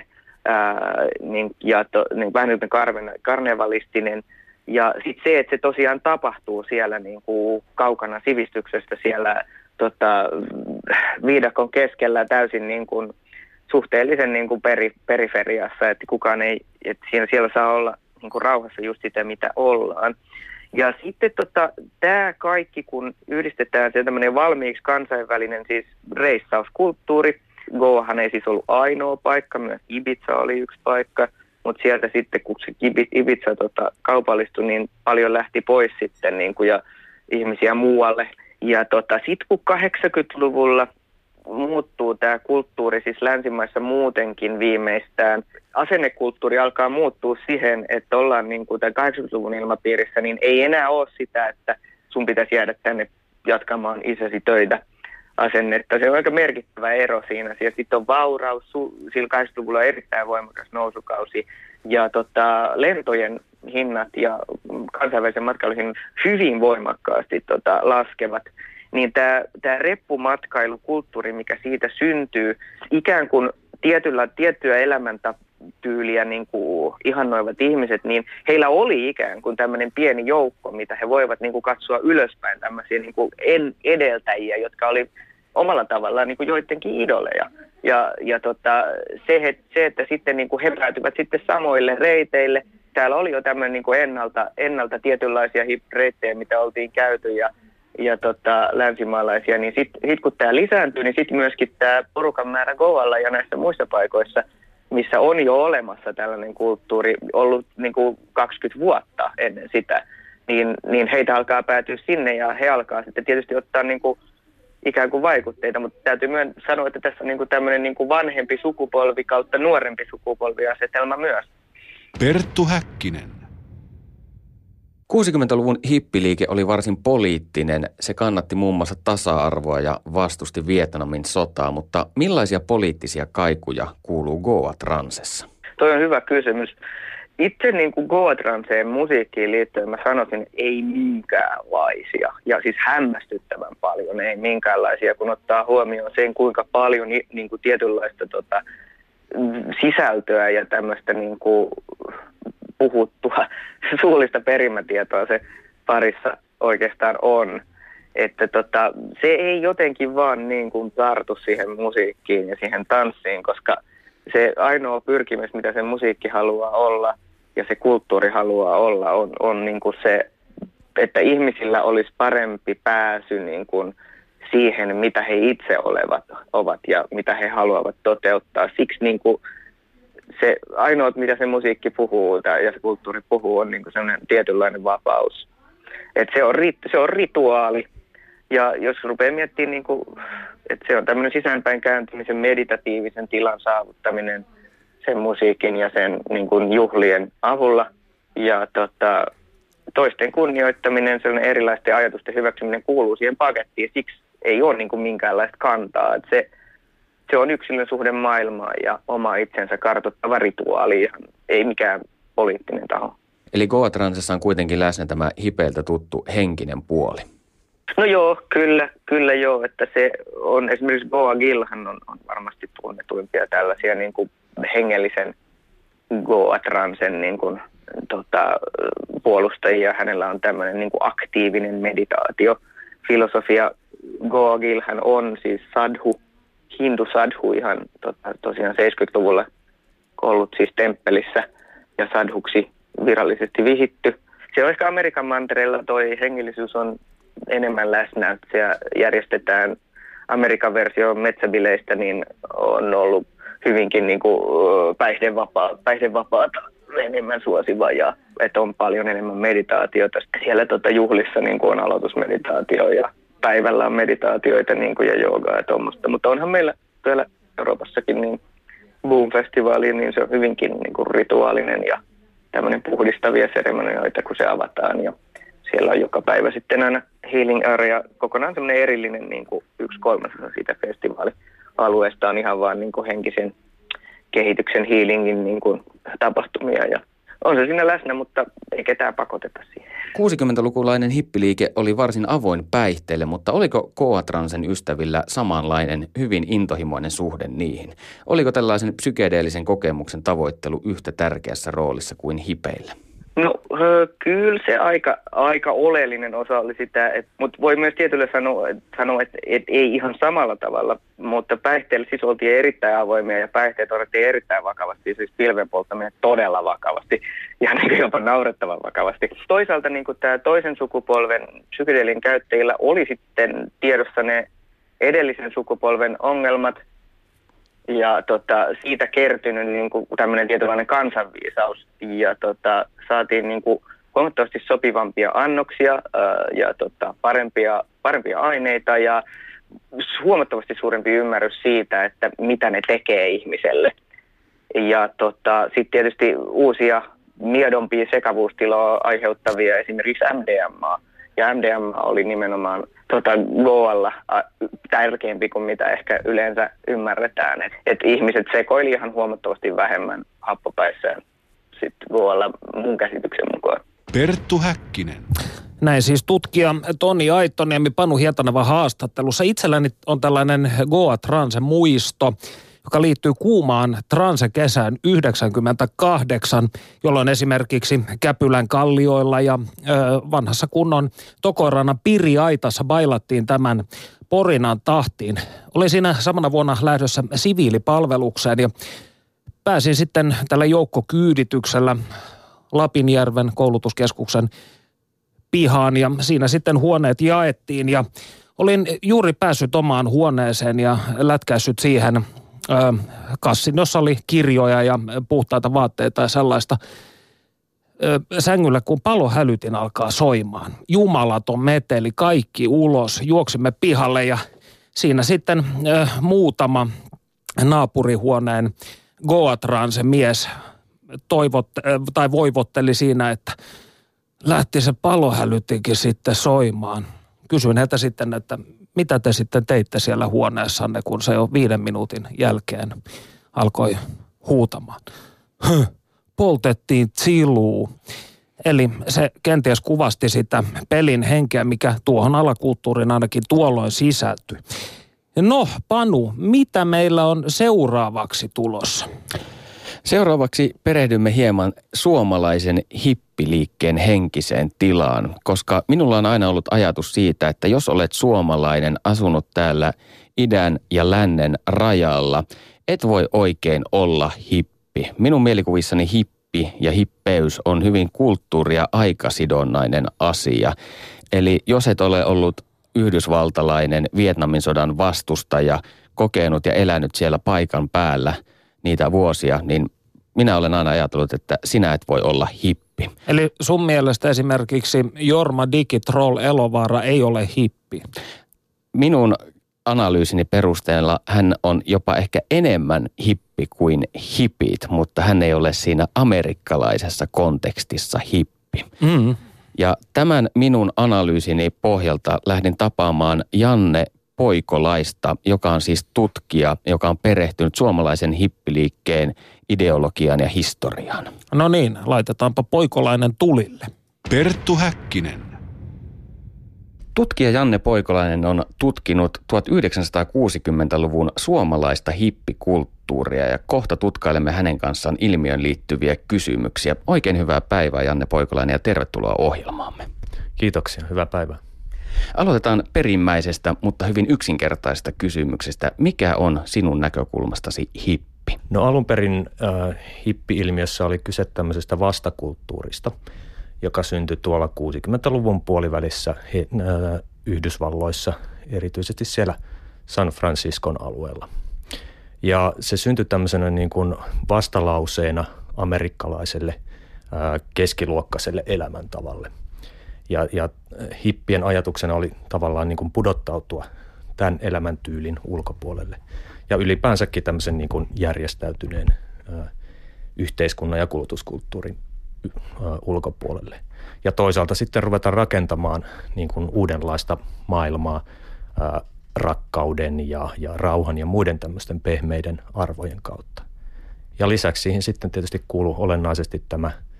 ää, niin, ja to, niin vähän niin karne, karnevalistinen. Ja sitten se, että se tosiaan tapahtuu siellä niin kuin kaukana sivistyksestä siellä tota, viidakon keskellä täysin niin kuin suhteellisen niin kuin peri, periferiassa, että kukaan ei, että siellä, siellä saa olla niin kuin rauhassa just sitä, mitä ollaan. Ja sitten tota, tämä kaikki, kun yhdistetään se tämmöinen valmiiksi kansainvälinen siis reissauskulttuuri, Goahan ei siis ollut ainoa paikka, myös Ibiza oli yksi paikka, mutta sieltä sitten, kun se Ibiza tota, kaupallistui, niin paljon lähti pois sitten niin kuin, ja ihmisiä muualle. Ja tota, sitten kun kahdeksankymmentäluvulla muuttuu tämä kulttuuri, siis länsimaissa muutenkin viimeistään, asennekulttuuri alkaa muuttua siihen, että ollaan niin kuin tämän kahdeksankymmentäluvun ilmapiirissä, niin ei enää ole sitä, että sun pitäisi jäädä tänne jatkamaan isäsi töitä asennetta. Se on aika merkittävä ero siinä. Ja sitten on vauraus, sillä kahdeksankymmentäluvulla on erittäin voimakas nousukausi, ja tota, lentojen hinnat ja kansainvälisen matkailun hyvin voimakkaasti tota, laskevat. Niin tämä, tämä reppumatkailukulttuuri, mikä siitä syntyy, ikään kuin tietyllä, tiettyä elämäntyyliä niin kuin ihannoivat ihmiset, niin heillä oli ikään kuin tämmöinen pieni joukko, mitä he voivat niin kuin katsoa ylöspäin, tämmöisiä niin kuin en, edeltäjiä, jotka oli omalla tavallaan niin kuin joidenkin idoleja. Ja, ja tota, se, se, että sitten niin kuin he päätyvät sitten samoille reiteille. Täällä oli jo tämmöinen niin kuin ennalta, ennalta tietynlaisia reittejä, mitä oltiin käyty ja ja tota, länsimaalaisia, niin sitten sit kun tämä lisääntyy, niin sitten myöskin tämä porukan määrä Goalla ja näissä muissa paikoissa, missä on jo olemassa tällainen kulttuuri, ollut niin kuin kaksikymmentä vuotta ennen sitä, niin, niin heitä alkaa päätyä sinne ja he alkaa sitten tietysti ottaa niin kuin ikään kuin vaikutteita, mutta täytyy myös sanoa, että tässä on niin kuin tämmöinen niin kuin vanhempi sukupolvi kautta nuorempi sukupolviasetelma myös. Perttu Häkkinen. kuusikymmentäluvun hippiliike oli varsin poliittinen. Se kannatti muun muassa tasa-arvoa ja vastusti Vietnamin sotaa, mutta millaisia poliittisia kaikuja kuuluu Goa-transessa? Toi on hyvä kysymys. Itse niin kuin Goa-transeen musiikkiin liittyen mä sanoisin, ei minkäänlaisia. Ja siis hämmästyttävän paljon, ei minkäänlaisia, kun ottaa huomioon sen, kuinka paljon niin kuin tietynlaista tota, sisältöä ja tämmöistä niin kuin puhuttua suullista perimätietoa se parissa oikeastaan on. Että tota, se ei jotenkin vaan niin kuin tartu siihen musiikkiin ja siihen tanssiin, koska se ainoa pyrkimys, mitä se musiikki haluaa olla ja se kulttuuri haluaa olla, on, on niin kuin se, että ihmisillä olisi parempi pääsy niin kuin siihen, mitä he itse olevat, ovat ja mitä he haluavat toteuttaa. Siksi niin kuin se ainoa, mitä se musiikki puhuu ja se kulttuuri puhuu, on niin kuin sellainen tietynlainen vapaus. Et se, on, se on rituaali. Ja jos rupeaa miettimään, niin kuin, että se on tämmöinen sisäänpäin kääntymisen meditatiivisen tilan saavuttaminen sen musiikin ja sen niin kuin juhlien avulla. Ja tota, toisten kunnioittaminen, sellainen erilaisten ajatusten hyväksyminen kuuluu siihen pakettiin. Siksi ei ole niin kuin minkäänlaista kantaa. Et se, se on yksilön suhde maailmaan ja oma itsensä kartoittava rituaali, ei mikään poliittinen taho. Eli Goa-transessa on kuitenkin läsnä tämä hipeiltä tuttu henkinen puoli. No joo, kyllä, kyllä joo, että se on esimerkiksi Goa Gillhan on, on varmasti tunnetuimpia tällaisia niin kuin hengellisen Goa-transen niin kuin, tota, puolustajia. Hänellä on tämmöinen niin kuin aktiivinen meditaatiofilosofia. Goa Gillhan on siis sadhu, hindu sadhu ihan tota, tosiaan seitsemänkymmentäluvulla ollut siis temppelissä ja sadhuksi virallisesti vihitty. Se on ehkä Amerikan mantereella toi hengellisyys on enemmän läsnä. Siellä järjestetään Amerikan versio metsäbileistä, niin on ollut hyvinkin niin kuin päihdevapaa, päihdevapaata enemmän suosiva ja että on paljon enemmän meditaatiota. Siellä tota juhlissa niin kuin on aloitusmeditaatio ja päivällä on meditaatioita niin kuin ja joogaa ja tuommoista. Mutta onhan meillä täällä Euroopassakin niin Boom-festivaali, niin se on hyvinkin niin kuin rituaalinen ja tämmöinen puhdistavia seremonioita, kun se avataan ja siellä on joka päivä sitten aina healing area, kokonaan semmoinen erillinen niin kuin yksi kolmasosa siitä festivaalialueesta on ihan vaan niin kuin henkisen kehityksen healingin niin kuin tapahtumia ja on se siinä läsnä, mutta ei ketään pakoteta siihen. kuusikymmentälukulainen hippiliike oli varsin avoin päihteille, mutta oliko Goa-transen ystävillä samanlainen hyvin intohimoinen suhde niihin? Oliko tällaisen psykedeellisen kokemuksen tavoittelu yhtä tärkeässä roolissa kuin hipeillä? No kyllä se aika, aika oleellinen osa oli sitä, mutta voi myös tietyllä sanoa, sanoa että et ei ihan samalla tavalla, mutta päihteillä siis oltiin erittäin avoimia ja päihteet otettiin erittäin vakavasti, siis pilven polttaminen todella vakavasti ja niin jopa naurettavan vakavasti. Toisaalta niin tämä toisen sukupolven psykedeelin käyttäjillä oli sitten tiedossa ne edellisen sukupolven ongelmat, ja tota, siitä kertynyt niin kuin tämmöinen tietynlainen kansanviisaus ja tota, saatiin niin kuin huomattavasti sopivampia annoksia ää, ja tota, parempia, parempia aineita ja huomattavasti suurempi ymmärrys siitä, että mitä ne tekee ihmiselle. Ja tota, sitten tietysti uusia miedompia sekavuustiloa aiheuttavia esimerkiksi M D M A. Ja M D M A oli nimenomaan tota, Goalla tärkeämpi kuin mitä ehkä yleensä ymmärretään. Että et ihmiset sekoili ihan huomattavasti vähemmän happopäissään sitten Goalla mun käsityksen mukaan. Perttu Häkkinen. Näin siis tutkija Toni Aittoniemi Panu Hietanevan haastattelussa. Itselläni on tällainen Goa-transen muisto, joka liittyy kuumaan transekesään yhdeksänkymmentäkahdeksan, jolloin esimerkiksi Käpylän kallioilla ja ö, vanhassa kunnon Tokorannan Piriaitassa bailattiin tämän porinan tahtiin. Olin siinä samana vuonna lähdössä siviilipalvelukseen ja pääsin sitten tällä joukkokyydityksellä Lapinjärven koulutuskeskuksen pihaan ja siinä sitten huoneet jaettiin ja olin juuri päässyt omaan huoneeseen ja lätkäissyt siihen ö, kassin, jossa oli kirjoja ja puhtaita vaatteita ja sellaista. Ö, sängyllä, kun palohälytin alkaa soimaan, jumalaton meteli, kaikki ulos, juoksimme pihalle ja siinä sitten ö, muutama naapurihuoneen Goa-transen mies toivot, tai voivotteli siinä, että lähti se palohälytinkin sitten soimaan. Kysyin heiltä sitten, että mitä te sitten teitte siellä huoneessanne, kun se jo viiden minuutin jälkeen alkoi huutamaan. Höh, poltettiin tsiluu. Eli se kenties kuvasti sitä pelin henkeä, mikä tuohon alakulttuuriin ainakin tuolloin sisältyi. No, Panu, mitä meillä on seuraavaksi tulossa? Seuraavaksi perehdymme hieman suomalaisen hippiliikkeen henkiseen tilaan, koska minulla on aina ollut ajatus siitä, että jos olet suomalainen asunut täällä idän ja lännen rajalla, et voi oikein olla hippi. Minun mielikuvissani hippi ja hippeys on hyvin kulttuuri- ja aikasidonnainen asia. Eli jos et ole ollut yhdysvaltalainen Vietnamin sodan vastustaja, kokenut ja elänyt siellä paikan päällä niitä vuosia, niin minä olen aina ajatellut, että sinä et voi olla hippi. Eli sun mielestä esimerkiksi Jorma Digitroll Elovaara ei ole hippi? Minun analyysini perusteella hän on jopa ehkä enemmän hippi kuin hipit, mutta hän ei ole siinä amerikkalaisessa kontekstissa hippi. Mm. Ja tämän minun analyysini pohjalta lähdin tapaamaan Janne Poikolaista, joka on siis tutkija, joka on perehtynyt suomalaisen hippiliikkeen ideologiaan ja historiaan. No niin, laitetaanpa Poikolainen tulille. Perttu Häkkinen. Tutkija Janne Poikolainen on tutkinut tuhatyhdeksänsataakuusikymmentäluvun suomalaista hippikulttuuria ja kohta tutkailemme hänen kanssaan ilmiön liittyviä kysymyksiä. Oikein hyvää päivää, Janne Poikolainen, ja tervetuloa ohjelmaamme. Kiitoksia, hyvää päivää. Aloitetaan perimmäisestä, mutta hyvin yksinkertaisesta kysymyksestä. Mikä on sinun näkökulmastasi hippi? No alun perin äh, hippi-ilmiössä oli kyse tämmöisestä vastakulttuurista, joka syntyi tuolla kuusikymmentäluvun puolivälissä he, äh, Yhdysvalloissa, erityisesti siellä San Franciscon alueella. Ja se syntyi tämmöisenä niin kuin vastalauseena amerikkalaiselle äh, keskiluokkaiselle elämäntavalle. Ja, ja hippien ajatuksena oli tavallaan niin kuin pudottautua tämän elämäntyylin ulkopuolelle. Ja ylipäänsäkin tämmöisen niin kuin järjestäytyneen ä, yhteiskunnan ja kulutuskulttuurin ä, ulkopuolelle. Ja toisaalta sitten ruveta rakentamaan niin kuin uudenlaista maailmaa ä, rakkauden ja, ja rauhan ja muiden tämmöisten pehmeiden arvojen kautta. Ja lisäksi siihen sitten tietysti kuuluu olennaisesti tämä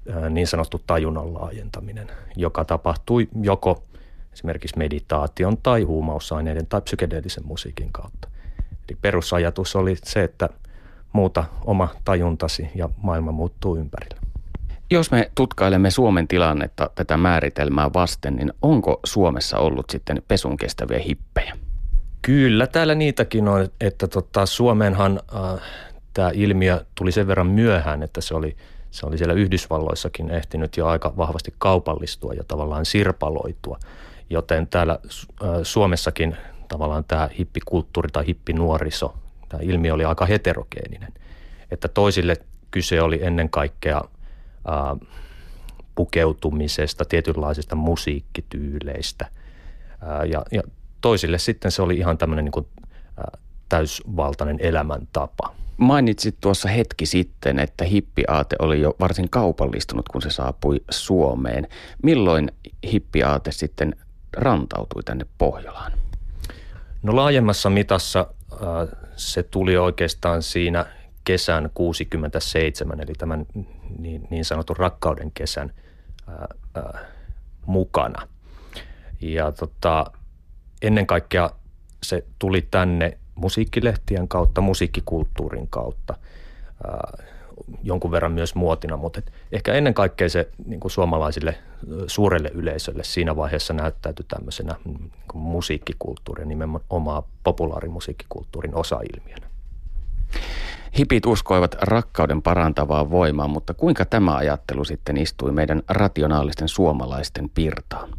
niin sanottu tajunnan laajentaminen, joka tapahtui joko esimerkiksi meditaation tai huumausaineiden tai psykedeellisen musiikin kautta. Eli perusajatus oli se, että muuta oma tajuntasi ja maailma muuttuu ympärillä. Jos me tutkailemme Suomen tilannetta tätä määritelmää vasten, niin onko Suomessa ollut sitten pesun kestäviä hippejä? Kyllä, täällä niitäkin on, että tota, Suomeenhan äh, tämä ilmiö tuli sen verran myöhään, että se oli, se oli siellä Yhdysvalloissakin ehtinyt jo aika vahvasti kaupallistua ja tavallaan sirpaloitua. Joten täällä äh, Suomessakin tavallaan tämä hippikulttuuri tai hippinuoriso, tämä ilmiö oli aika heterogeeninen. Että toisille kyse oli ennen kaikkea äh, pukeutumisesta, tietynlaisista musiikkityyleistä äh, ja, ja toisille sitten se oli ihan tämmöinen niin kuin, äh, täysvaltainen elämäntapa. Mainitsit tuossa hetki sitten, että hippiaate oli jo varsin kaupallistunut, kun se saapui Suomeen. Milloin hippiaate sitten rantautui tänne Pohjolaan? No laajemmassa mitassa äh, se tuli oikeastaan siinä kesän kuusikymmentäseitsemän, eli tämän niin, niin sanotun rakkauden kesän äh, äh, mukana. Ja tota, ennen kaikkea se tuli tänne musiikkilehtien kautta, musiikkikulttuurin kautta, ää, jonkun verran myös muotina, mutta et ehkä ennen kaikkea se niin kuin suomalaisille suurelle yleisölle siinä vaiheessa näyttäytyi tämmöisenä niin kuin musiikkikulttuurin, nimenomaan populaarimusiikkikulttuurin osailmiönä. Hipit uskoivat rakkauden parantavaa voimaa, mutta kuinka tämä ajattelu sitten istui meidän rationaalisten suomalaisten pirtaan?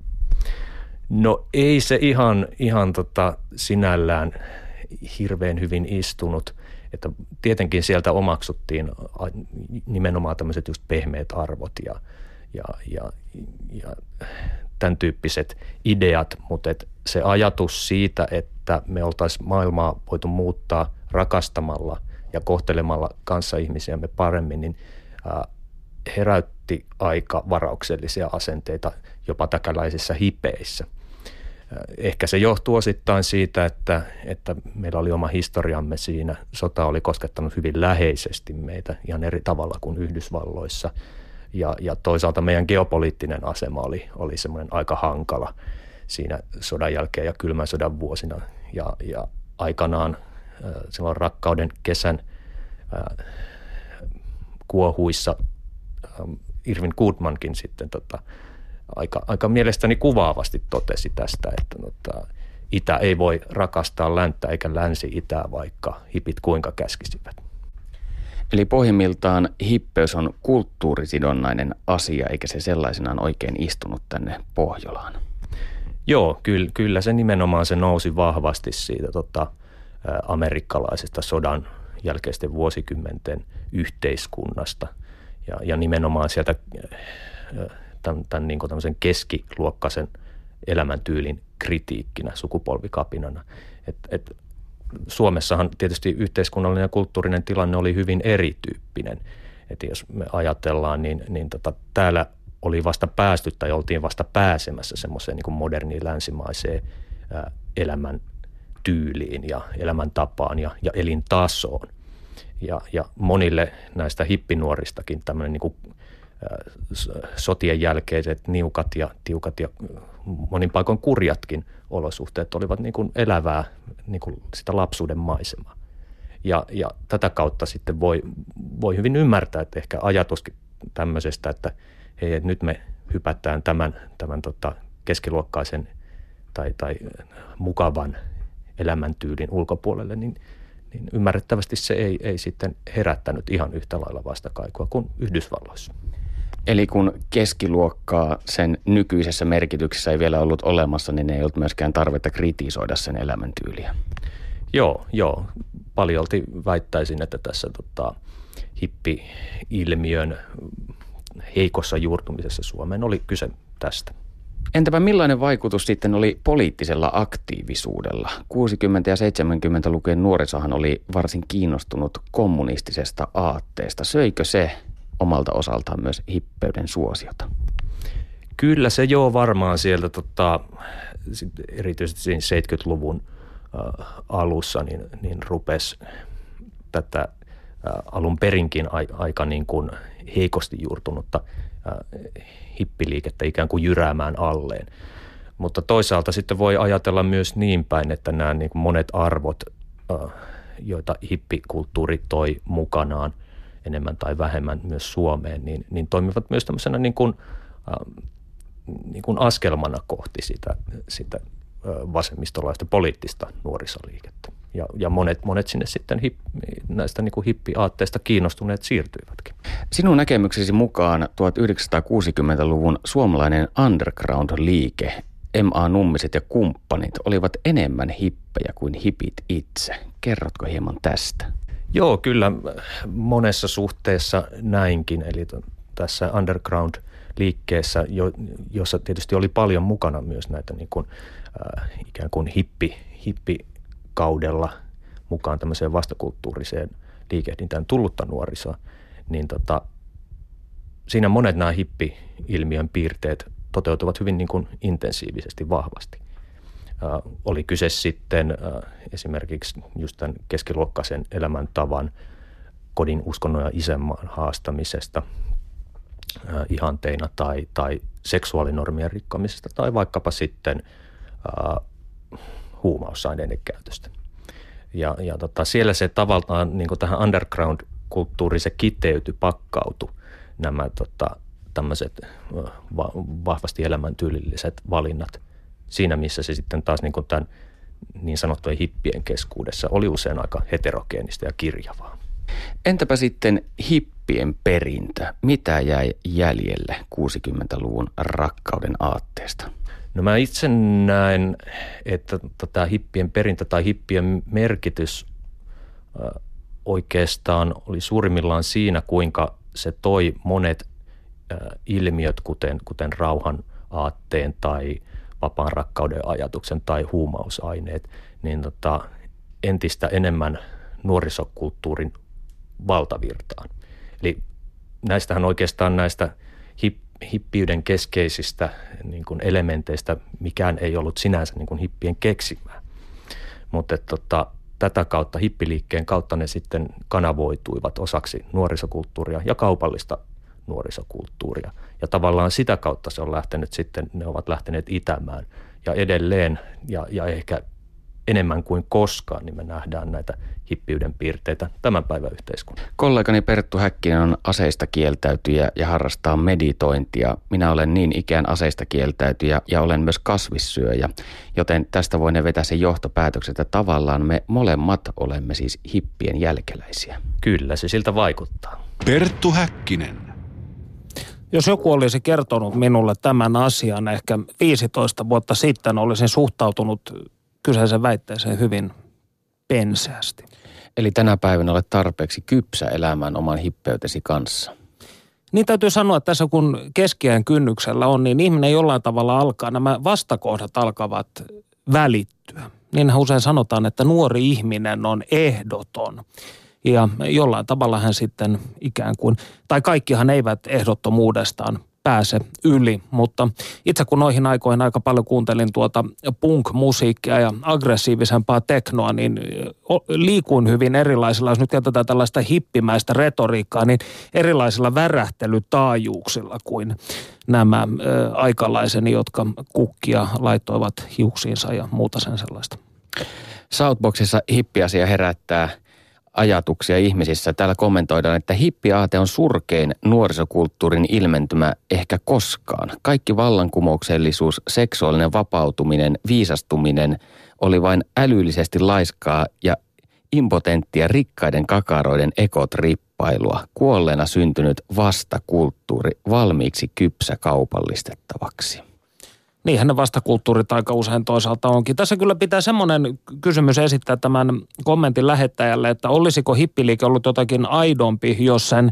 No ei se ihan, ihan tota sinällään hirveän hyvin istunut, että tietenkin sieltä omaksuttiin nimenomaan tämmöiset just pehmeät arvot ja, ja, ja, ja tämän tyyppiset ideat, mutta et se ajatus siitä, että me oltaisiin maailmaa voitu muuttaa rakastamalla ja kohtelemalla kanssaihmisiämme paremmin, niin ää, herätti aika varauksellisia asenteita jopa täkäläisissä hipeissä. Ehkä se johtuu osittain siitä, että, että meillä oli oma historiamme siinä. Sota oli koskettanut hyvin läheisesti meitä ihan eri tavalla kuin Yhdysvalloissa. Ja, ja toisaalta meidän geopoliittinen asema oli, oli semmoinen aika hankala siinä sodan jälkeen ja kylmän sodan vuosina. Ja, ja aikanaan silloin rakkauden kesän äh, kuohuissa äh, Irvin Goodmankin sitten tota, Aika, aika mielestäni kuvaavasti totesi tästä, että tota, itä ei voi rakastaa länttä eikä länsi itää, vaikka hipit kuinka käskisivät. Eli pohjimmiltaan hippeys on kulttuurisidonnainen asia, eikä se sellaisenaan oikein istunut tänne Pohjolaan. Joo, kyllä, kyllä se nimenomaan se nousi vahvasti siitä tota, amerikkalaisesta sodan jälkeisten vuosikymmenten yhteiskunnasta ja, ja nimenomaan sieltä tämän, tämän niin kuin tämmöisen keskiluokkaisen elämäntyylin kritiikkinä, sukupolvikapinana. Et, et Suomessahan tietysti yhteiskunnallinen ja kulttuurinen tilanne oli hyvin erityyppinen. Et jos me ajatellaan, niin, niin tota, täällä oli vasta päästy tai oltiin vasta pääsemässä semmoiseen niin kuin moderniin länsimaiseen ää, elämäntyyliin ja elämäntapaan ja, ja elintasoon. Ja, ja monille näistä hippinuoristakin tämmöinen niin kuin sotien jälkeiset niukat ja tiukat ja monin paikoin kurjatkin olosuhteet olivat niin kuin elävää niin kuin sitä lapsuuden maisemaa. Ja, ja tätä kautta sitten voi, voi hyvin ymmärtää, että ehkä ajatuskin tämmöisestä, että hei, että nyt me hypätään tämän, tämän tota keskiluokkaisen tai, tai mukavan elämäntyylin ulkopuolelle, niin, niin ymmärrettävästi se ei, ei sitten herättänyt ihan yhtä lailla vastakaikua kuin Yhdysvalloissa. Eli kun keskiluokkaa sen nykyisessä merkityksessä ei vielä ollut olemassa, niin ei ollut myöskään tarvetta kritisoida sen elämäntyyliä. Joo, joo. Paljolti väittäisin, että tässä tota, hippi-ilmiön heikossa juurtumisessa Suomeen oli kyse tästä. Entäpä millainen vaikutus sitten oli poliittisella aktiivisuudella? kuusikymmentä- ja seitsemänkymmentälukujen nuorisohan oli varsin kiinnostunut kommunistisesta aatteesta. Söikö se omalta osaltaan myös hippeyden suosiota? Kyllä se joo varmaan sieltä tota, erityisesti siinä seitsemänkymmentäluvun äh, alussa niin, niin rupesi tätä äh, alun perinkin a, aika niin kuin heikosti juurtunutta hippiliikettä ikään kuin jyräämään alleen. Mutta toisaalta sitten voi ajatella myös niin päin, että nämä niin kuin monet arvot, joita hippikulttuuri toi mukanaan enemmän tai vähemmän myös Suomeen, niin, niin toimivat myös tämmöisenä niin kuin, niin kuin askelmana kohti sitä, sitä vasemmistolaista poliittista nuorisoliikettä. Ja, ja monet, monet sinne sitten hip, näistä niin kuin hippiaatteista kiinnostuneet siirtyivätkin. Sinun näkemyksesi mukaan tuhatyhdeksänsataakuusikymmentäluvun suomalainen underground-liike, M A Nummiset ja kumppanit, olivat enemmän hippejä kuin hipit itse. Kerrotko hieman tästä? Joo, kyllä monessa suhteessa näinkin. Eli tässä underground-liikkeessä, jo, jossa tietysti oli paljon mukana myös näitä niin kuin, äh, ikään kuin hippi, hippikaudella mukaan tämmöiseen vastakulttuuriseen liikehdintään tullutta nuorisoa, niin tota, siinä monet nämä hippi-ilmiön piirteet toteutuvat hyvin niin kuin intensiivisesti, vahvasti. Äh, oli kyse sitten äh, esimerkiksi just tämän keskiluokkaisen elämäntavan, kodin, uskonnon ja isänmaan haastamisesta äh, ihanteina tai, tai seksuaalinormien rikkamisesta tai vaikkapa sitten äh, huumausaineiden käytöstä. Ja, ja tota, siellä se tavallaan niin kuin tähän underground-kulttuuriin se kiteytyi, pakkautui nämä tota, tämmöiset va- vahvasti elämäntyylilliset valinnat siinä, missä se sitten taas niin kuin tämän niin sanottujen hippien keskuudessa oli usein aika heterogeenistä ja kirjavaa. Entäpä sitten hippien perintö? Mitä jäi jäljelle kuusikymmentäluvun rakkauden aatteesta? No mä itse näen, että tämä hippien perintö tai hippien merkitys äh, oikeastaan oli suurimmillaan siinä, kuinka se toi monet äh, ilmiöt, kuten, kuten rauhan aatteen tai vapaan rakkauden ajatuksen tai huumausaineet, niin tota, entistä enemmän nuorisokulttuurin valtavirtaan. Eli näistähän oikeastaan näistä hip, hippiyden keskeisistä niin kuin elementeistä mikään ei ollut sinänsä niin kuin hippien keksimää. Mutta tota, tätä kautta, hippiliikkeen kautta ne sitten kanavoituivat osaksi nuorisokulttuuria ja kaupallista nuorisokulttuuria. Ja tavallaan sitä kautta se on lähtenyt sitten, ne ovat lähteneet itämään. Ja edelleen, ja, ja ehkä enemmän kuin koskaan, niin me nähdään näitä hippiyden piirteitä tämän päivän yhteiskunnassa. Kollegani Perttu Häkkinen on aseista kieltäytyjä ja harrastaa meditointia. Minä olen niin ikään aseista kieltäytyjä ja olen myös kasvissyöjä, joten tästä voi ne vetää sen johtopäätökset, että tavallaan me molemmat olemme siis hippien jälkeläisiä. Kyllä, se siltä vaikuttaa. Perttu Häkkinen. Jos joku olisi kertonut minulle tämän asian ehkä viisitoista vuotta sitten, olisin suhtautunut kyseisen väitteeseen hyvin penseästi. Eli tänä päivänä olet tarpeeksi kypsä elämään oman hippeytesi kanssa. Niin täytyy sanoa, että tässä kun keskiään kynnyksellä on, niin ihminen jollain tavalla alkaa, nämä vastakohdat alkavat välittyä. Niinhän usein sanotaan, että nuori ihminen on ehdoton. Ja jollain tavalla hän sitten ikään kuin, tai kaikkihan eivät ehdottomuudestaan pääse yli, mutta itse kun noihin aikoihin aika paljon kuuntelin tuota punk-musiikkia ja aggressiivisempaa teknoa, niin liikuin hyvin erilaisilla, jos nyt käytetään tällaista hippimäistä retoriikkaa, niin erilaisilla värähtelytaajuuksilla kuin nämä ä, aikalaiseni, jotka kukkia laittoivat hiuksiinsa ja muuta sen sellaista. Southboxissa hippiasia herättää ajatuksia ihmisissä. Täällä kommentoidaan, että hippiaate on surkein nuorisokulttuurin ilmentymä ehkä koskaan. Kaikki vallankumouksellisuus, seksuaalinen vapautuminen, viisastuminen oli vain älyllisesti laiskaa ja impotenttia rikkaiden kakaroiden ekotrippailua. Kuolleena syntynyt vastakulttuuri valmiiksi kypsä kaupallistettavaksi. Niinhän ne vastakulttuurit aika usein toisaalta onkin. Tässä kyllä pitää semmoinen kysymys esittää tämän kommentin lähettäjälle, että olisiko hippiliike ollut jotakin aidompi, jos sen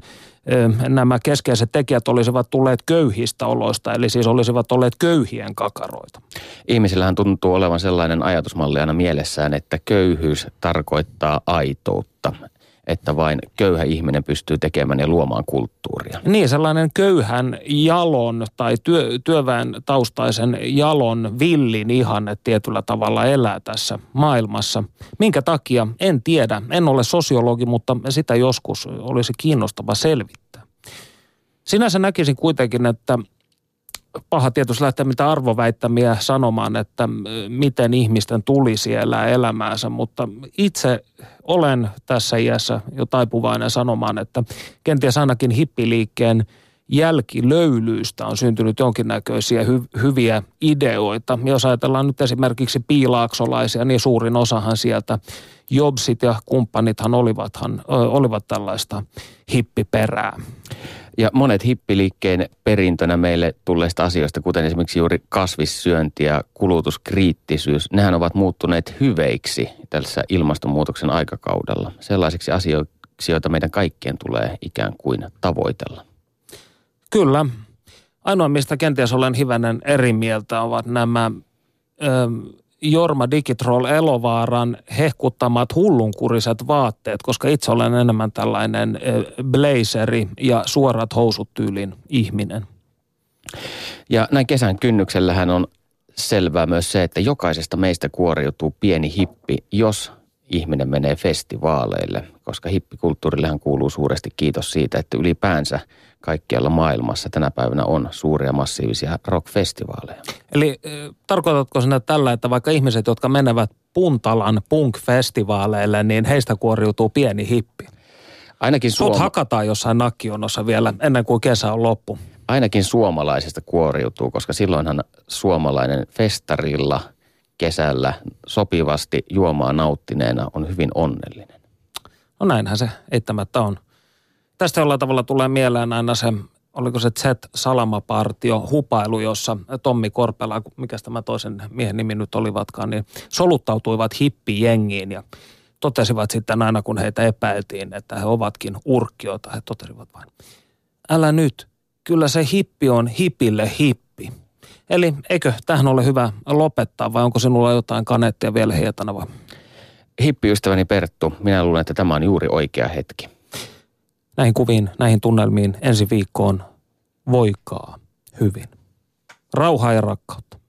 nämä keskeiset tekijät olisivat tulleet köyhistä oloista, eli siis olisivat olleet köyhien kakaroita. Ihmisillähän tuntuu olevan sellainen ajatusmalli aina mielessään, että köyhyys tarkoittaa aitoutta, että vain köyhä ihminen pystyy tekemään ja luomaan kulttuuria. Niin, sellainen köyhän jalon tai työ, työväen taustaisen jalon villin ihanne tietyllä tavalla elää tässä maailmassa. Minkä takia? En tiedä. En ole sosiologi, mutta sitä joskus olisi kiinnostava selvittää. Sinänsä näkisin kuitenkin, että paha tietysti lähteä mitä arvoväittämiä sanomaan, että miten ihmisten tulisi elää elämäänsä, mutta itse olen tässä iässä jo taipuvainen sanomaan, että kenties ainakin hippiliikkeen jälkilöylyistä on syntynyt jonkinnäköisiä hy- hyviä ideoita. Jos ajatellaan nyt esimerkiksi piilaaksolaisia, niin suurin osahan sieltä Jobsit ja kumppanithan olivathan, ö, olivat tällaista hippiperää. Ja monet hippiliikkeen perintönä meille tulleista asioista, kuten esimerkiksi juuri kasvissyönti ja kulutuskriittisyys, nehän ovat muuttuneet hyveiksi tässä ilmastonmuutoksen aikakaudella. Sellaisiksi asioiksi, joita meidän kaikkien tulee ikään kuin tavoitella. Kyllä. Ainoa, mistä kenties olen hivenen eri mieltä, ovat nämä ö, Jorma Digitroll Elovaaran hehkuttamat hullunkuriset vaatteet, koska itse olen enemmän tällainen ö, blazeri ja suorat housut tyylin ihminen. Ja näin kesän kynnyksellähän on selvää myös se, että jokaisesta meistä kuoriutuu pieni hippi, jos ihminen menee festivaaleille, koska hippikulttuurillehan kuuluu suuresti kiitos siitä, että ylipäänsä kaikkialla maailmassa tänä päivänä on suuria massiivisia rockfestivaaleja. Eli äh, tarkoitatko sinä tällä, että vaikka ihmiset, jotka menevät Puntalan punk-festivaaleille, niin heistä kuoriutuu pieni hippi? Ainakin Sut suoma- hakataan jossain nakkionossa vielä ennen kuin kesä on loppu. Ainakin suomalaisesta kuoriutuu, koska silloinhan suomalainen festarilla kesällä sopivasti juomaa nauttineena on hyvin onnellinen. No näinhän se eittämättä on. Tästä jollain tavalla tulee mieleen aina se, oliko se Z-Salamapartio hupailu, jossa Tommi Korpela, mikä tämä toisen miehen nimi nyt olivatkaan, niin soluttautuivat hippijengiin ja totesivat sitten aina, kun heitä epäiltiin, että he ovatkin urkkioita, he totesivat vain, älä nyt, kyllä se hippi on hipille hippi. Eli eikö tähän ole hyvä lopettaa vai onko sinulla jotain kanettia vielä hietana vai? Hippiystäväni Perttu, minä luulen, että tämä on juuri oikea hetki. Näihin kuviin, näihin tunnelmiin ensi viikkoon voikaa hyvin. Rauhaa ja rakkautta.